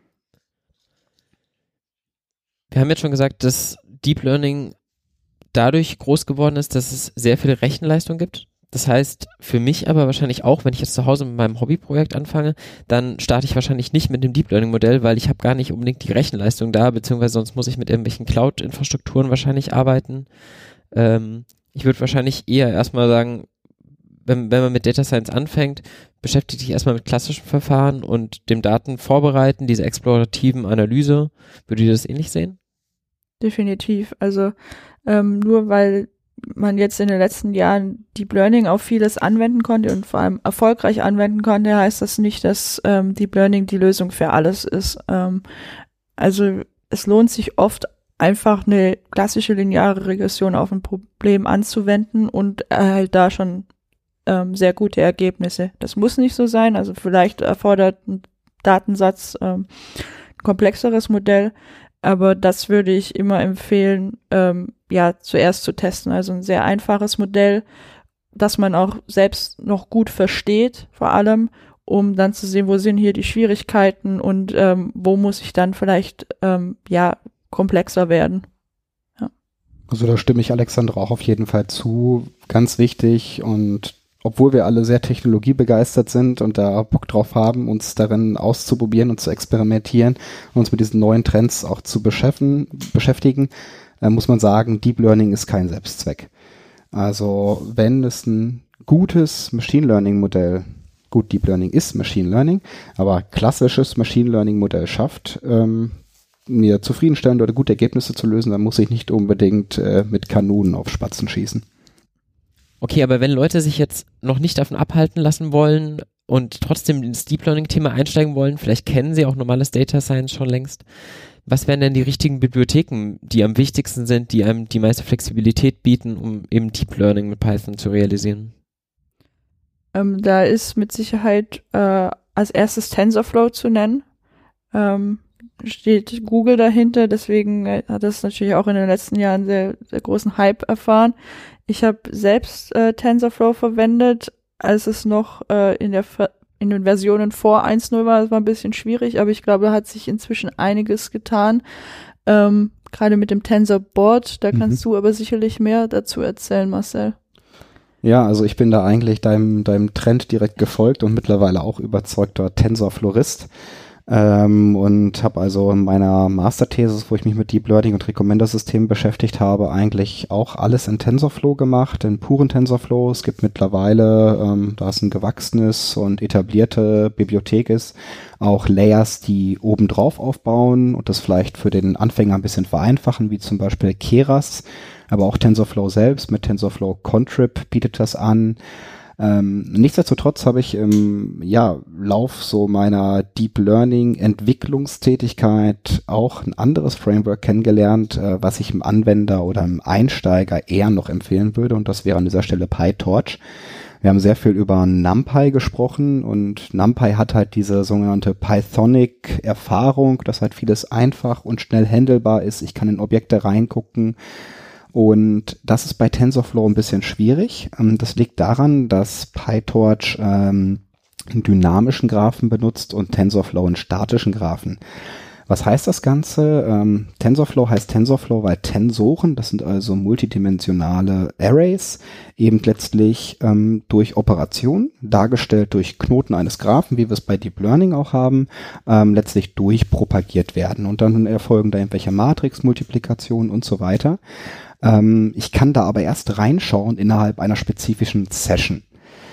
Wir haben jetzt schon gesagt, dass Deep Learning dadurch groß geworden ist, dass es sehr viel Rechenleistung gibt. Das heißt, für mich aber wahrscheinlich auch, wenn ich jetzt zu Hause mit meinem Hobbyprojekt anfange, dann starte ich wahrscheinlich nicht mit dem Deep Learning Modell, weil ich habe gar nicht unbedingt die Rechenleistung da, beziehungsweise sonst muss ich mit irgendwelchen Cloud-Infrastrukturen wahrscheinlich arbeiten. Ähm, ich würde wahrscheinlich eher erstmal sagen, wenn, wenn man mit Data Science anfängt, beschäftigt dich erstmal mit klassischen Verfahren und dem Daten vorbereiten, diese explorativen Analyse. Würdet ihr das ähnlich sehen? Definitiv. Also ähm, nur weil man jetzt in den letzten Jahren Deep Learning auf vieles anwenden konnte und vor allem erfolgreich anwenden konnte, heißt das nicht, dass ähm, Deep Learning die Lösung für alles ist. Ähm, also es lohnt sich oft einfach eine klassische lineare Regression auf ein Problem anzuwenden und halt da schon ähm, sehr gute Ergebnisse. Das muss nicht so sein, also vielleicht erfordert ein Datensatz ähm, ein komplexeres Modell, aber das würde ich immer empfehlen, ähm, ja, zuerst zu testen. Also ein sehr einfaches Modell, das man auch selbst noch gut versteht, vor allem, um dann zu sehen, wo sind hier die Schwierigkeiten und ähm, wo muss ich dann vielleicht, ähm, ja, komplexer werden. Ja. Also da stimme ich Alexandra auch auf jeden Fall zu. Ganz wichtig und obwohl wir alle sehr technologiebegeistert sind und da Bock drauf haben, uns darin auszuprobieren und zu experimentieren und uns mit diesen neuen Trends auch zu beschäftigen, beschäftigen äh, muss man sagen, Deep Learning ist kein Selbstzweck. Also wenn es ein gutes Machine Learning Modell, gut, Deep Learning ist Machine Learning, aber klassisches Machine Learning Modell schafft, ähm, mir zufriedenstellende oder gute Ergebnisse zu lösen, dann muss ich nicht unbedingt äh, mit Kanonen auf Spatzen schießen. Okay, aber wenn Leute sich jetzt noch nicht davon abhalten lassen wollen und trotzdem ins Deep Learning-Thema einsteigen wollen, vielleicht kennen sie auch normales Data Science schon längst, was wären denn die richtigen Bibliotheken, die am wichtigsten sind, die einem die meiste Flexibilität bieten, um eben Deep Learning mit Python zu realisieren? Ähm, da ist mit Sicherheit äh, als erstes TensorFlow zu nennen. Ähm, steht Google dahinter, deswegen hat das natürlich auch in den letzten Jahren sehr, sehr großen Hype erfahren. Ich habe selbst äh, TensorFlow verwendet, als es noch äh, in der Ver- in den Versionen vor eins Punkt null war. Das war ein bisschen schwierig, aber ich glaube, da hat sich inzwischen einiges getan. Ähm, gerade mit dem TensorBoard, da kannst mhm. du aber sicherlich mehr dazu erzählen, Marcel. Ja, also ich bin da eigentlich deinem, deinem Trend direkt gefolgt und mittlerweile auch überzeugter TensorFlorist. Ähm, und habe also in meiner Masterthesis, wo ich mich mit Deep Learning und Recommender-Systemen beschäftigt habe, eigentlich auch alles in TensorFlow gemacht, in puren TensorFlow. Es gibt mittlerweile, ähm, da es ein gewachsenes und etablierte Bibliothek ist, auch Layers, die obendrauf aufbauen und das vielleicht für den Anfänger ein bisschen vereinfachen, wie zum Beispiel Keras, aber auch TensorFlow selbst mit TensorFlow Contrib bietet das an. Ähm, nichtsdestotrotz habe ich im ja, Lauf so meiner Deep Learning Entwicklungstätigkeit auch ein anderes Framework kennengelernt, äh, was ich im Anwender oder im Einsteiger eher noch empfehlen würde, und das wäre an dieser Stelle PyTorch. Wir haben sehr viel über NumPy gesprochen und NumPy hat halt diese sogenannte Pythonic-Erfahrung, dass halt vieles einfach und schnell handelbar ist. Ich kann in Objekte reingucken. Und das ist bei TensorFlow ein bisschen schwierig. Das liegt daran, dass PyTorch ähm, einen dynamischen Graphen benutzt und TensorFlow einen statischen Graphen. Was heißt das Ganze? Ähm, TensorFlow heißt TensorFlow, weil Tensoren, das sind also multidimensionale Arrays, eben letztlich ähm, durch Operationen, dargestellt durch Knoten eines Graphen, wie wir es bei Deep Learning auch haben, ähm, letztlich durchpropagiert werden. Und dann erfolgen da irgendwelche Matrix-Multiplikationen und so weiter. Ähm, ich kann da aber erst reinschauen innerhalb einer spezifischen Session.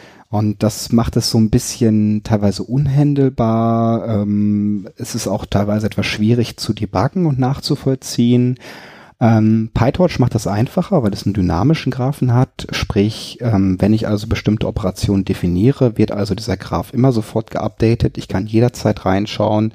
Und das macht es so ein bisschen teilweise unhandelbar. Ähm, es ist auch teilweise etwas schwierig zu debuggen und nachzuvollziehen. Ähm, PyTorch macht das einfacher, weil es einen dynamischen Graphen hat. Sprich, ähm, wenn ich also bestimmte Operationen definiere, wird also dieser Graph immer sofort geupdatet. Ich kann jederzeit reinschauen.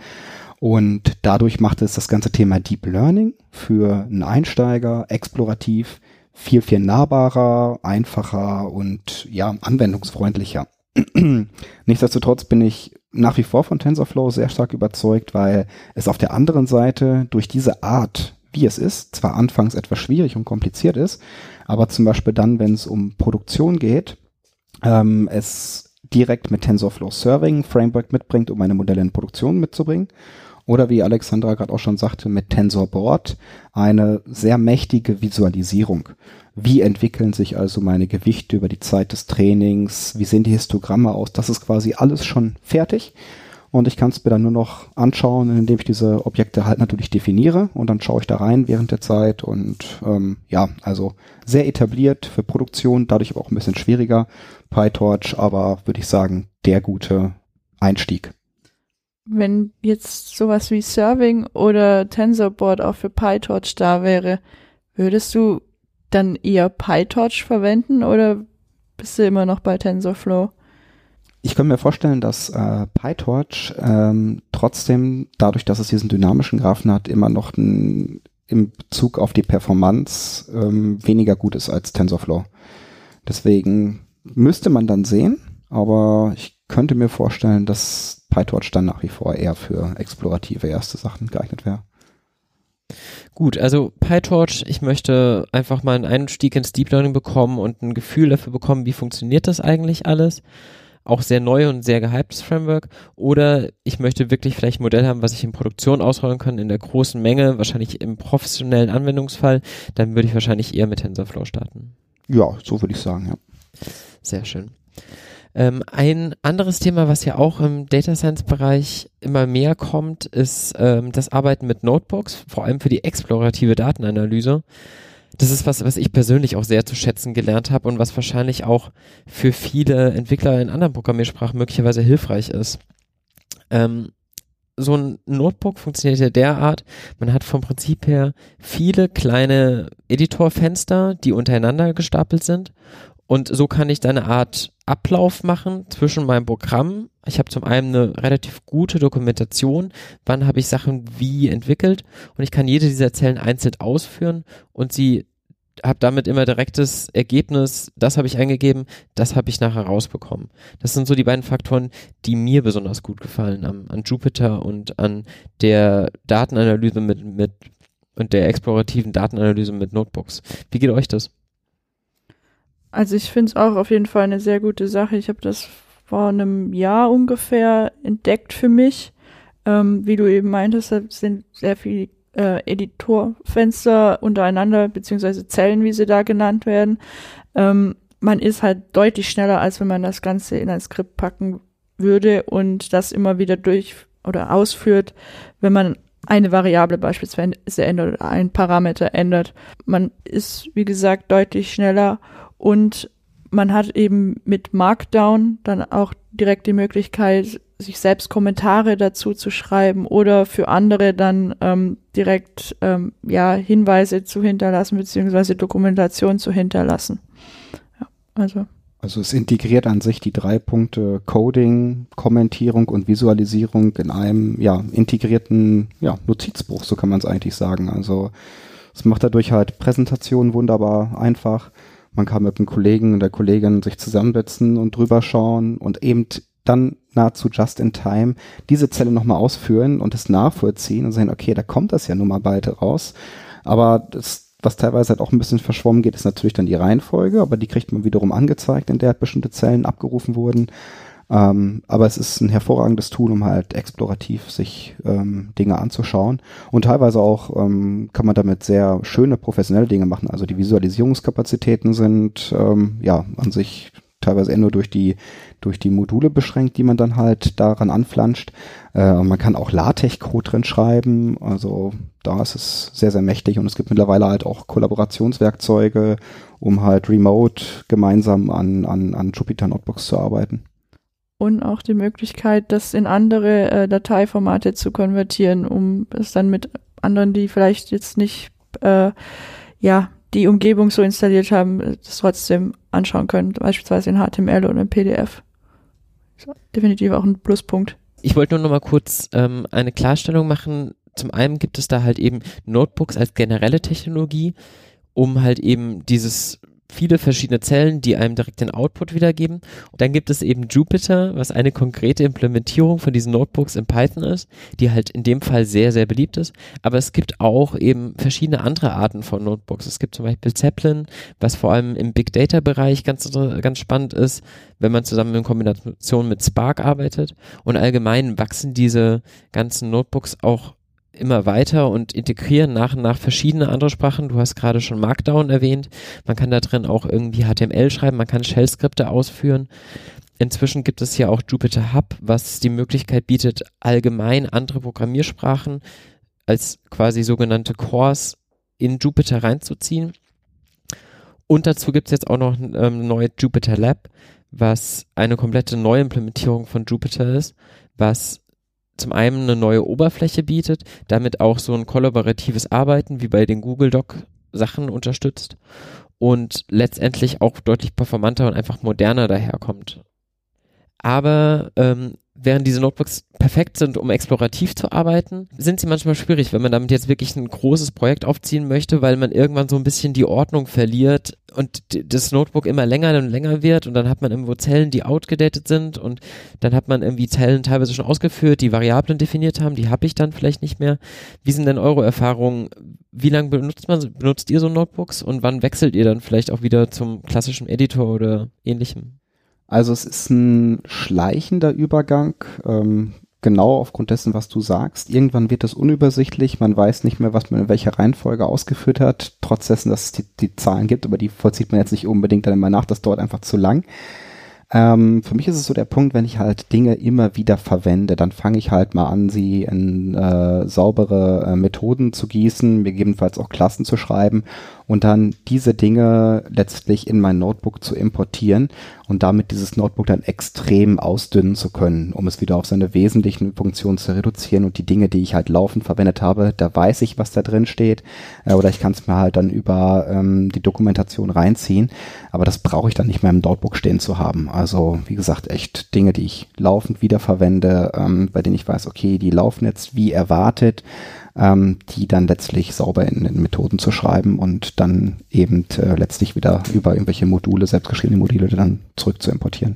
Und dadurch macht es das ganze Thema Deep Learning für einen Einsteiger explorativ viel, viel nahbarer, einfacher und ja, anwendungsfreundlicher. Nichtsdestotrotz bin ich nach wie vor von TensorFlow sehr stark überzeugt, weil es auf der anderen Seite durch diese Art, wie es ist, zwar anfangs etwas schwierig und kompliziert ist, aber zum Beispiel dann, wenn es um Produktion geht, ähm, es direkt mit TensorFlow Serving Framework mitbringt, um meine Modelle in Produktion mitzubringen. Oder wie Alexandra gerade auch schon sagte, mit TensorBoard eine sehr mächtige Visualisierung. Wie entwickeln sich also meine Gewichte über die Zeit des Trainings? Wie sehen die Histogramme aus? Das ist quasi alles schon fertig. Und ich kann es mir dann nur noch anschauen, indem ich diese Objekte halt natürlich definiere. Und dann schaue ich da rein während der Zeit. Und ähm, ja, also sehr etabliert für Produktion, dadurch aber auch ein bisschen schwieriger. PyTorch, aber würde ich sagen, der gute Einstieg. Wenn jetzt sowas wie Serving oder TensorBoard auch für PyTorch da wäre, würdest du dann eher PyTorch verwenden oder bist du immer noch bei TensorFlow? Ich könnte mir vorstellen, dass äh, PyTorch ähm, trotzdem, dadurch, dass es diesen dynamischen Graphen hat, immer noch ein, im Bezug auf die Performance ähm, weniger gut ist als TensorFlow. Deswegen müsste man dann sehen, aber ich könnte mir vorstellen, dass PyTorch dann nach wie vor eher für explorative erste Sachen geeignet wäre. Gut, also PyTorch, ich möchte einfach mal einen Einstieg ins Deep Learning bekommen und ein Gefühl dafür bekommen, wie funktioniert das eigentlich alles. Auch sehr neu und sehr gehyptes Framework. Oder ich möchte wirklich vielleicht ein Modell haben, was ich in Produktion ausrollen kann, in der großen Menge, wahrscheinlich im professionellen Anwendungsfall. Dann würde ich wahrscheinlich eher mit TensorFlow starten. Ja, so würde ich sagen, ja. Sehr schön. Ähm, ein anderes Thema, was ja auch im Data Science Bereich immer mehr kommt, ist ähm, das Arbeiten mit Notebooks, vor allem für die explorative Datenanalyse. Das ist was, was ich persönlich auch sehr zu schätzen gelernt habe und was wahrscheinlich auch für viele Entwickler in anderen Programmiersprachen möglicherweise hilfreich ist. Ähm, so ein Notebook funktioniert ja derart, man hat vom Prinzip her viele kleine Editorfenster, die untereinander gestapelt sind. Und so kann ich da eine Art Ablauf machen zwischen meinem Programm. Ich habe zum einen eine relativ gute Dokumentation, wann habe ich Sachen wie entwickelt und ich kann jede dieser Zellen einzeln ausführen und sie habe damit immer direktes Ergebnis, das habe ich eingegeben, das habe ich nachher rausbekommen. Das sind so die beiden Faktoren, die mir besonders gut gefallen an, an Jupyter und an der Datenanalyse mit, mit und der explorativen Datenanalyse mit Notebooks. Wie geht euch das? Also ich finde es auch auf jeden Fall eine sehr gute Sache. Ich habe das vor einem Jahr ungefähr entdeckt für mich. Ähm, wie du eben meintest, da sind sehr viele äh, Editorfenster untereinander, beziehungsweise Zellen, wie sie da genannt werden. Ähm, man ist halt deutlich schneller, als wenn man das Ganze in ein Skript packen würde und das immer wieder durch oder ausführt, wenn man eine Variable beispielsweise ändert oder einen Parameter ändert. Man ist, wie gesagt, deutlich schneller und man hat eben mit Markdown dann auch direkt die Möglichkeit, sich selbst Kommentare dazu zu schreiben oder für andere dann ähm, direkt ähm, ja Hinweise zu hinterlassen beziehungsweise Dokumentation zu hinterlassen. Ja, also Also es integriert an sich die drei Punkte Coding, Kommentierung und Visualisierung in einem ja integrierten ja, Notizbuch, so kann man es eigentlich sagen. Also es macht dadurch halt Präsentationen wunderbar einfach. Man kann mit einem Kollegen und der Kollegin sich zusammensetzen und drüber schauen und eben dann nahezu just in time diese Zelle nochmal ausführen und es nachvollziehen und sehen, okay, da kommt das ja nun mal bald raus. Aber das, was teilweise halt auch ein bisschen verschwommen geht, ist natürlich dann die Reihenfolge, aber die kriegt man wiederum angezeigt, in der bestimmte Zellen abgerufen wurden. Ähm, aber es ist ein hervorragendes Tool, um halt explorativ sich ähm, Dinge anzuschauen. Und teilweise auch ähm, kann man damit sehr schöne professionelle Dinge machen. Also die Visualisierungskapazitäten sind ähm, ja an sich teilweise eher nur durch die durch die Module beschränkt, die man dann halt daran anflanscht. Äh, man kann auch LaTeX-Code drin schreiben, also da ist es sehr, sehr mächtig und es gibt mittlerweile halt auch Kollaborationswerkzeuge, um halt remote gemeinsam an, an, an Jupyter Notebooks zu arbeiten. Und auch die Möglichkeit, das in andere äh, Dateiformate zu konvertieren, um es dann mit anderen, die vielleicht jetzt nicht äh, ja die Umgebung so installiert haben, das trotzdem anschauen können, beispielsweise in H T M L oder in P D F. So, definitiv auch ein Pluspunkt. Ich wollte nur noch mal kurz ähm, eine Klarstellung machen. Zum einen gibt es da halt eben Notebooks als generelle Technologie, um halt eben dieses viele verschiedene Zellen, die einem direkt den Output wiedergeben. Und dann gibt es eben Jupyter, was eine konkrete Implementierung von diesen Notebooks in Python ist, die halt in dem Fall sehr, sehr beliebt ist. Aber es gibt auch eben verschiedene andere Arten von Notebooks. Es gibt zum Beispiel Zeppelin, was vor allem im Big Data Bereich ganz, ganz spannend ist, wenn man zusammen in Kombination mit Spark arbeitet. Und allgemein wachsen diese ganzen Notebooks auch immer weiter und integrieren nach und nach verschiedene andere Sprachen. Du hast gerade schon Markdown erwähnt. Man kann da drin auch irgendwie H T M L schreiben, man kann Shell-Skripte ausführen. Inzwischen gibt es hier auch Jupyter Hub, was die Möglichkeit bietet, allgemein andere Programmiersprachen als quasi sogenannte Cores in Jupyter reinzuziehen. Und dazu gibt es jetzt auch noch ein ähm, neues Jupyter Lab, was eine komplette Neuimplementierung von Jupyter ist, was zum einen eine neue Oberfläche bietet, damit auch so ein kollaboratives Arbeiten wie bei den Google Doc Sachen unterstützt und letztendlich auch deutlich performanter und einfach moderner daherkommt. Aber ähm, während diese Notebooks perfekt sind, um explorativ zu arbeiten, sind sie manchmal schwierig, wenn man damit jetzt wirklich ein großes Projekt aufziehen möchte, weil man irgendwann so ein bisschen die Ordnung verliert und das Notebook immer länger und länger wird und dann hat man irgendwo Zellen, die outgedatet sind und dann hat man irgendwie Zellen teilweise schon ausgeführt, die Variablen definiert haben, die habe ich dann vielleicht nicht mehr. Wie sind denn eure Erfahrungen? Wie lange benutzt man, benutzt ihr so Notebooks und wann wechselt ihr dann vielleicht auch wieder zum klassischen Editor oder ähnlichem? Also es ist ein schleichender Übergang, ähm, genau aufgrund dessen, was du sagst. Irgendwann wird es unübersichtlich, man weiß nicht mehr, was man in welcher Reihenfolge ausgeführt hat, trotz dessen, dass es die, die Zahlen gibt, aber die vollzieht man jetzt nicht unbedingt dann immer nach, das dauert einfach zu lang. Ähm, für mich ist es so der Punkt, wenn ich halt Dinge immer wieder verwende, dann fange ich halt mal an, sie in äh, saubere äh, Methoden zu gießen, gegebenenfalls auch Klassen zu schreiben und dann diese Dinge letztlich in mein Notebook zu importieren und damit dieses Notebook dann extrem ausdünnen zu können, um es wieder auf seine wesentlichen Funktionen zu reduzieren und die Dinge, die ich halt laufend verwendet habe, da weiß ich, was da drin steht, äh, oder ich kann es mir halt dann über ähm, die Dokumentation reinziehen, aber das brauche ich dann nicht mehr im Notebook stehen zu haben. Also wie gesagt, echt Dinge, die ich laufend wiederverwende, ähm, bei denen ich weiß, okay, die laufen jetzt wie erwartet, ähm, die dann letztlich sauber in, in Methoden zu schreiben und dann eben äh, letztlich wieder über irgendwelche Module, selbstgeschriebene Module dann zurück zu importieren.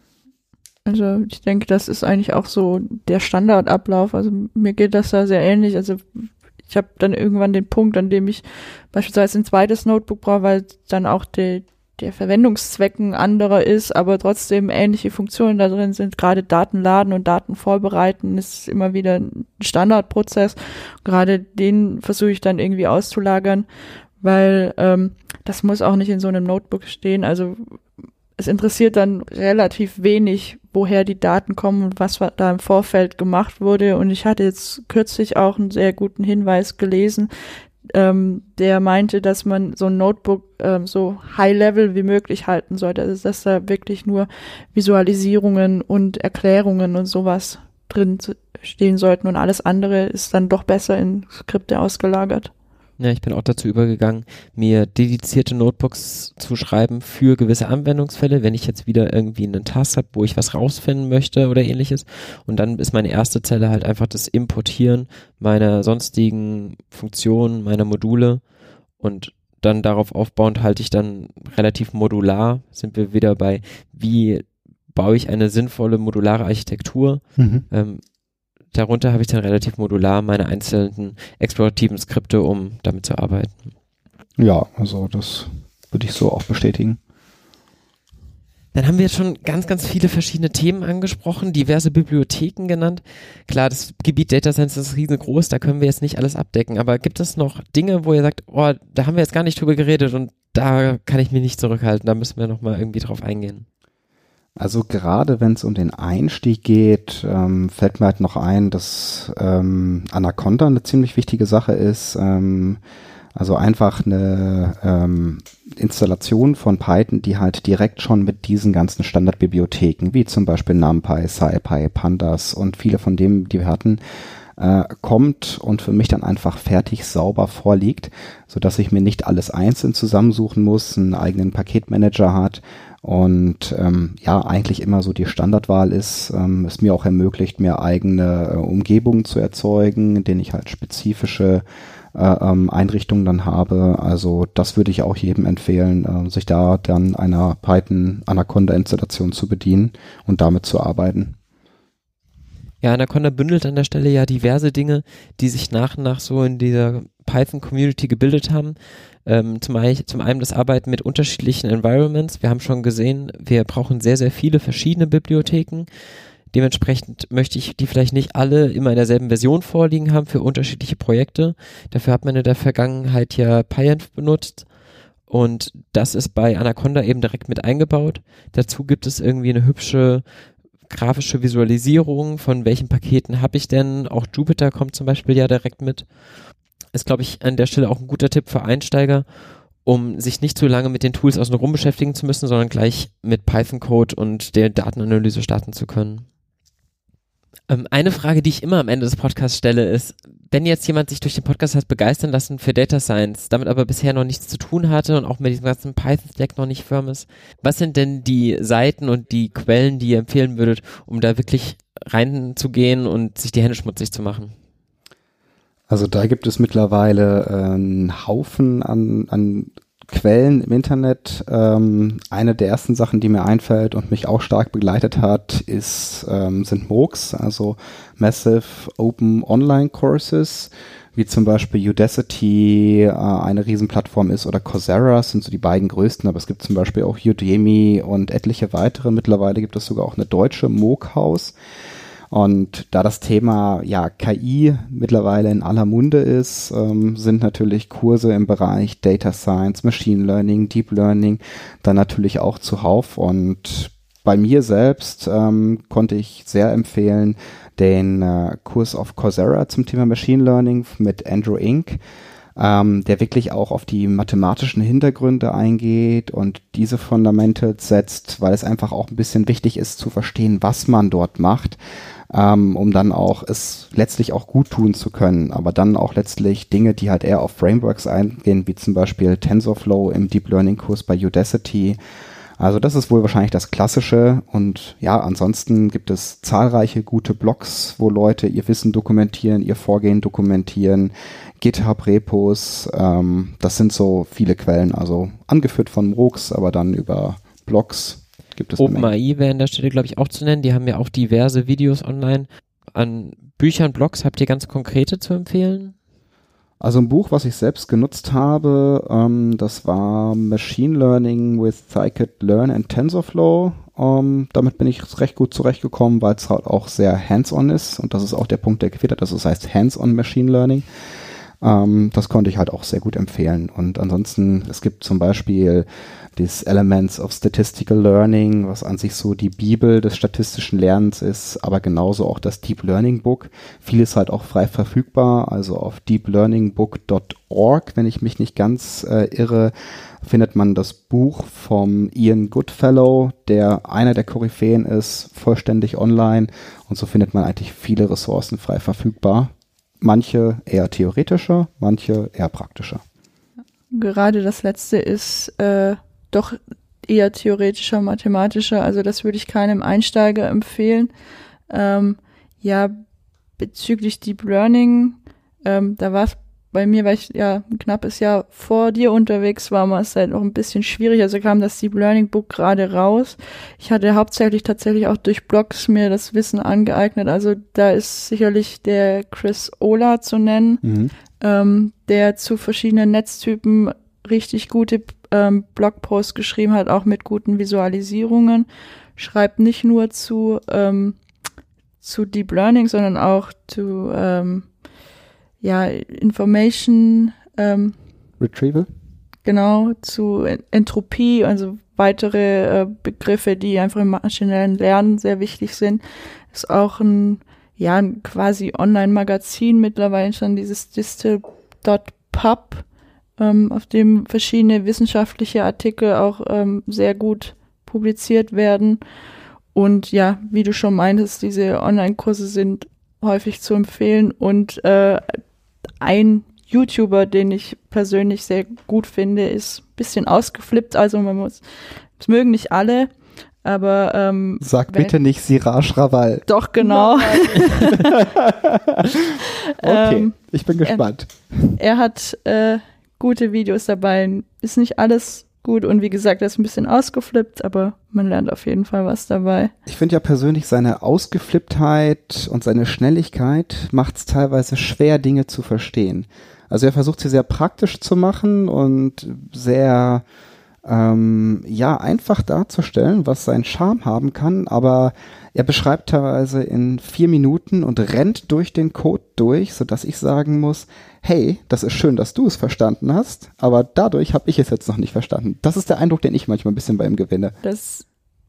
Also ich denke, das ist eigentlich auch so der Standardablauf. Also mir geht das da sehr ähnlich. Also ich habe dann irgendwann den Punkt, an dem ich beispielsweise ein zweites Notebook brauche, weil dann auch die der Verwendungszweck ein anderer ist, aber trotzdem ähnliche Funktionen da drin sind. Gerade Daten laden und Daten vorbereiten ist immer wieder ein Standardprozess. Gerade den versuche ich dann irgendwie auszulagern, weil ähm, das muss auch nicht in so einem Notebook stehen. Also es interessiert dann relativ wenig, woher die Daten kommen und was da im Vorfeld gemacht wurde. Und ich hatte jetzt kürzlich auch einen sehr guten Hinweis gelesen, ähm, der meinte, dass man so ein Notebook ähm, so high-level wie möglich halten sollte. Also dass da wirklich nur Visualisierungen und Erklärungen und sowas drin stehen sollten und alles andere ist dann doch besser in Skripte ausgelagert. Ja, ich bin auch dazu übergegangen, mir dedizierte Notebooks zu schreiben für gewisse Anwendungsfälle, wenn ich jetzt wieder irgendwie einen Task habe, wo ich was rausfinden möchte oder ähnliches. Und dann ist meine erste Zelle halt einfach das Importieren meiner sonstigen Funktionen, meiner Module und dann darauf aufbauend halte ich dann relativ modular, sind wir wieder bei, wie baue ich eine sinnvolle modulare Architektur. Mhm. Ähm, Darunter habe ich dann relativ modular meine einzelnen explorativen Skripte, um damit zu arbeiten. Ja, also das würde ich so auch bestätigen. Dann haben wir jetzt schon ganz, ganz viele verschiedene Themen angesprochen, diverse Bibliotheken genannt. Klar, das Gebiet Data Science ist riesengroß, da können wir jetzt nicht alles abdecken, aber gibt es noch Dinge, wo ihr sagt, oh, da haben wir jetzt gar nicht drüber geredet und da kann ich mich nicht zurückhalten, da müssen wir nochmal irgendwie drauf eingehen? Also gerade wenn es um den Einstieg geht, ähm, fällt mir halt noch ein, dass ähm, Anaconda eine ziemlich wichtige Sache ist. Ähm, also einfach eine ähm, Installation von Python, die halt direkt schon mit diesen ganzen Standardbibliotheken, wie zum Beispiel NumPy, SciPy, Pandas und viele von denen, die wir hatten, äh, kommt und für mich dann einfach fertig sauber vorliegt, sodass ich mir nicht alles einzeln zusammensuchen muss, einen eigenen Paketmanager hat. Und ähm, ja, eigentlich immer so die Standardwahl ist, ähm, es mir auch ermöglicht, mir eigene äh, Umgebungen zu erzeugen, in denen ich halt spezifische äh, ähm, Einrichtungen dann habe. Also das würde ich auch jedem empfehlen, äh, sich da dann einer Python Anaconda Installation zu bedienen und damit zu arbeiten. Ja, Anaconda bündelt an der Stelle ja diverse Dinge, die sich nach und nach so in dieser Python-Community gebildet haben. Ähm, zum, zum einen das Arbeiten mit unterschiedlichen Environments. Wir haben schon gesehen, wir brauchen sehr, sehr viele verschiedene Bibliotheken. Dementsprechend möchte ich die vielleicht nicht alle immer in derselben Version vorliegen haben für unterschiedliche Projekte. Dafür hat man in der Vergangenheit ja PyEnv benutzt. Und das ist bei Anaconda eben direkt mit eingebaut. Dazu gibt es irgendwie eine hübsche grafische Visualisierung von welchen Paketen habe ich denn. Auch Jupyter kommt zum Beispiel ja direkt mit. Ist, glaube ich, an der Stelle auch ein guter Tipp für Einsteiger, um sich nicht zu lange mit den Tools außenrum beschäftigen zu müssen, sondern gleich mit Python-Code und der Datenanalyse starten zu können. Ähm, eine Frage, die ich immer am Ende des Podcasts stelle, ist, wenn jetzt jemand sich durch den Podcast hat begeistern lassen für Data Science, damit aber bisher noch nichts zu tun hatte und auch mit diesem ganzen Python-Stack noch nicht firm ist, was sind denn die Seiten und die Quellen, die ihr empfehlen würdet, um da wirklich reinzugehen und sich die Hände schmutzig zu machen? Also da gibt es mittlerweile äh, einen Haufen an, an Quellen im Internet. Ähm, eine der ersten Sachen, die mir einfällt und mich auch stark begleitet hat, ist ähm, sind MOOCs, also Massive Open Online Courses, wie zum Beispiel Udacity äh, eine Riesenplattform ist oder Coursera, das sind so die beiden größten, aber es gibt zum Beispiel auch Udemy und etliche weitere. Mittlerweile gibt es sogar auch eine deutsche MOOC-Haus. Und da das Thema ja K I mittlerweile in aller Munde ist, ähm, sind natürlich Kurse im Bereich Data Science, Machine Learning, Deep Learning dann natürlich auch zuhauf. Und bei mir selbst ähm, konnte ich sehr empfehlen den äh, Kurs auf Coursera zum Thema Machine Learning mit Andrew Ng, ähm, der wirklich auch auf die mathematischen Hintergründe eingeht und diese Fundamentals setzt, weil es einfach auch ein bisschen wichtig ist zu verstehen, was man dort macht. Um, um dann auch es letztlich auch gut tun zu können, aber dann auch letztlich Dinge, die halt eher auf Frameworks eingehen, wie zum Beispiel TensorFlow im Deep Learning Kurs bei Udacity. Also das ist wohl wahrscheinlich das Klassische und ja, ansonsten gibt es zahlreiche gute Blogs, wo Leute ihr Wissen dokumentieren, ihr Vorgehen dokumentieren, GitHub-Repos, ähm, das sind so viele Quellen, also angeführt von MOOCs, aber dann über Blogs. OpenAI wäre an der Stelle, glaube ich, auch zu nennen. Die haben ja auch diverse Videos online. An Büchern, Blogs habt ihr ganz konkrete zu empfehlen? Also ein Buch, was ich selbst genutzt habe, ähm, das war Machine Learning with Scikit-Learn and TensorFlow. Ähm, damit bin ich recht gut zurechtgekommen, weil es halt auch sehr hands-on ist. Und das ist auch der Punkt, der gefehlt hat. Also das heißt Hands-on Machine Learning. Ähm, das konnte ich halt auch sehr gut empfehlen. Und ansonsten, es gibt zum Beispiel das Elements of Statistical Learning, was an sich so die Bibel des statistischen Lernens ist, aber genauso auch das Deep Learning Book. Vieles halt auch frei verfügbar, also auf deep learning book dot org, wenn ich mich nicht ganz äh, irre, findet man das Buch vom Ian Goodfellow, der einer der Koryphäen ist, vollständig online, und so findet man eigentlich viele Ressourcen frei verfügbar. Manche eher theoretischer, manche eher praktischer. Gerade das letzte ist äh, doch eher theoretischer, mathematischer, also das würde ich keinem Einsteiger empfehlen. Ähm, ja, bezüglich Deep Learning, ähm, da war es bei mir, weil ich ja ein knappes Jahr vor dir unterwegs war, war es halt noch ein bisschen schwierig, also kam das Deep Learning Book gerade raus. Ich hatte hauptsächlich tatsächlich auch durch Blogs mir das Wissen angeeignet, also da ist sicherlich der Chris Olah zu nennen, mhm. ähm, der zu verschiedenen Netztypen richtig gute ähm, Blogposts geschrieben hat, auch mit guten Visualisierungen, schreibt nicht nur zu ähm, zu Deep Learning, sondern auch zu ähm, ja, Information ähm, Retrieval? Genau, zu Entropie, also weitere äh, Begriffe, die einfach im maschinellen Lernen sehr wichtig sind. Ist auch ein, ja, ein quasi Online-Magazin mittlerweile schon, dieses distil dot pub, ähm, auf dem verschiedene wissenschaftliche Artikel auch ähm, sehr gut publiziert werden. Und ja, wie du schon meintest, diese Online-Kurse sind häufig zu empfehlen, und äh, ein YouTuber, den ich persönlich sehr gut finde, ist ein bisschen ausgeflippt, also man muss, das mögen nicht alle, aber ähm, Sag bitte nicht Siraj Raval. Doch, genau. Okay, ähm, ich bin gespannt. Er, er hat äh, gute Videos dabei, ist nicht alles gut, und wie gesagt, er ist ein bisschen ausgeflippt, aber man lernt auf jeden Fall was dabei. Ich finde ja persönlich, seine Ausgeflipptheit und seine Schnelligkeit macht es teilweise schwer, Dinge zu verstehen. Also er versucht sie sehr praktisch zu machen und sehr ähm, ja einfach darzustellen, was seinen Charme haben kann, aber er beschreibt teilweise in vier Minuten und rennt durch den Code durch, sodass ich sagen muss, hey, das ist schön, dass du es verstanden hast, aber dadurch habe ich es jetzt noch nicht verstanden. Das ist der Eindruck, den ich manchmal ein bisschen bei ihm gewinne. Das,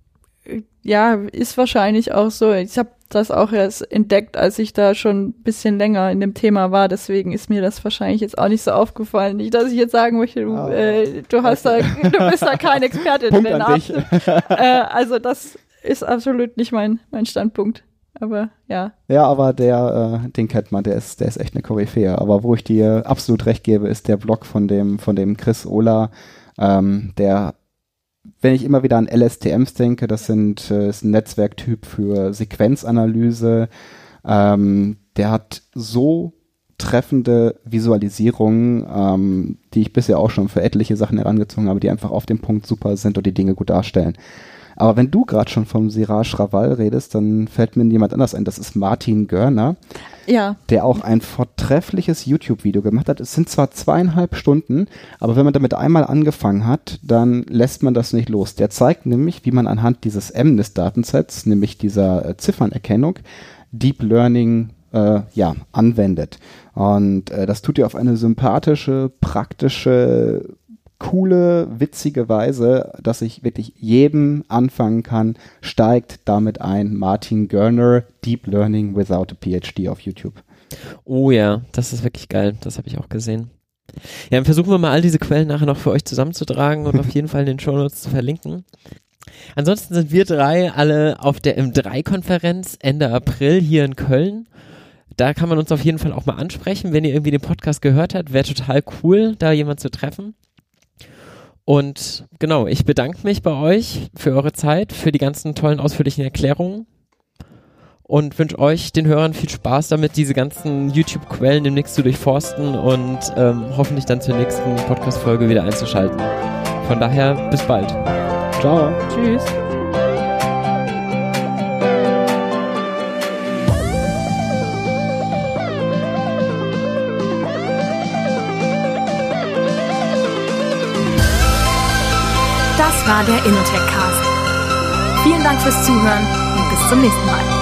ja, ist wahrscheinlich auch so. Ich habe das auch erst entdeckt, als ich da schon ein bisschen länger in dem Thema war. Deswegen ist mir das wahrscheinlich jetzt auch nicht so aufgefallen. Nicht, dass ich jetzt sagen möchte, du, oh, äh, du hast okay. da, du bist da kein Experte Punkt drin. An dich. äh, also das ist absolut nicht mein, mein Standpunkt. Aber ja. Ja, aber der, äh, den kennt man, der ist, der ist echt eine Koryphäe. Aber wo ich dir absolut recht gebe, ist der Blog von dem, von dem Chris Olah, ähm, der, wenn ich immer wieder an L S T Ms denke, das sind, äh, ist ein Netzwerktyp für Sequenzanalyse, ähm, der hat so treffende Visualisierungen, ähm, die ich bisher auch schon für etliche Sachen herangezogen habe, die einfach auf dem Punkt super sind und die Dinge gut darstellen. Aber wenn du gerade schon vom Siraj Raval redest, dann fällt mir jemand anders ein. Das ist Martin Görner, ja. der auch ein vortreffliches YouTube-Video gemacht hat. Es sind zwar zweieinhalb Stunden, aber wenn man damit einmal angefangen hat, dann lässt man das nicht los. Der zeigt nämlich, wie man anhand dieses M N I S-Datensets, nämlich dieser äh, Ziffernerkennung, Deep Learning äh, ja, anwendet. Und äh, das tut er auf eine sympathische, praktische, coole, witzige Weise, dass ich wirklich jedem anfangen kann, steigt damit ein. Martin Görner, Deep Learning Without a P H D auf YouTube. Oh ja, das ist wirklich geil. Das habe ich auch gesehen. Ja, dann versuchen wir mal all diese Quellen nachher noch für euch zusammenzutragen und auf jeden Fall in den Shownotes zu verlinken. Ansonsten sind wir drei alle auf der M drei Konferenz Ende April hier in Köln. Da kann man uns auf jeden Fall auch mal ansprechen. Wenn ihr irgendwie den Podcast gehört habt, wäre total cool, da jemanden zu treffen. Und genau, ich bedanke mich bei euch für eure Zeit, für die ganzen tollen, ausführlichen Erklärungen und wünsche euch, den Hörern, viel Spaß damit, diese ganzen YouTube-Quellen demnächst zu durchforsten und ähm, hoffentlich dann zur nächsten Podcast-Folge wieder einzuschalten. Von daher, bis bald. Ciao. Tschüss. Das war der InnoTech-Cast. Vielen Dank fürs Zuhören und bis zum nächsten Mal.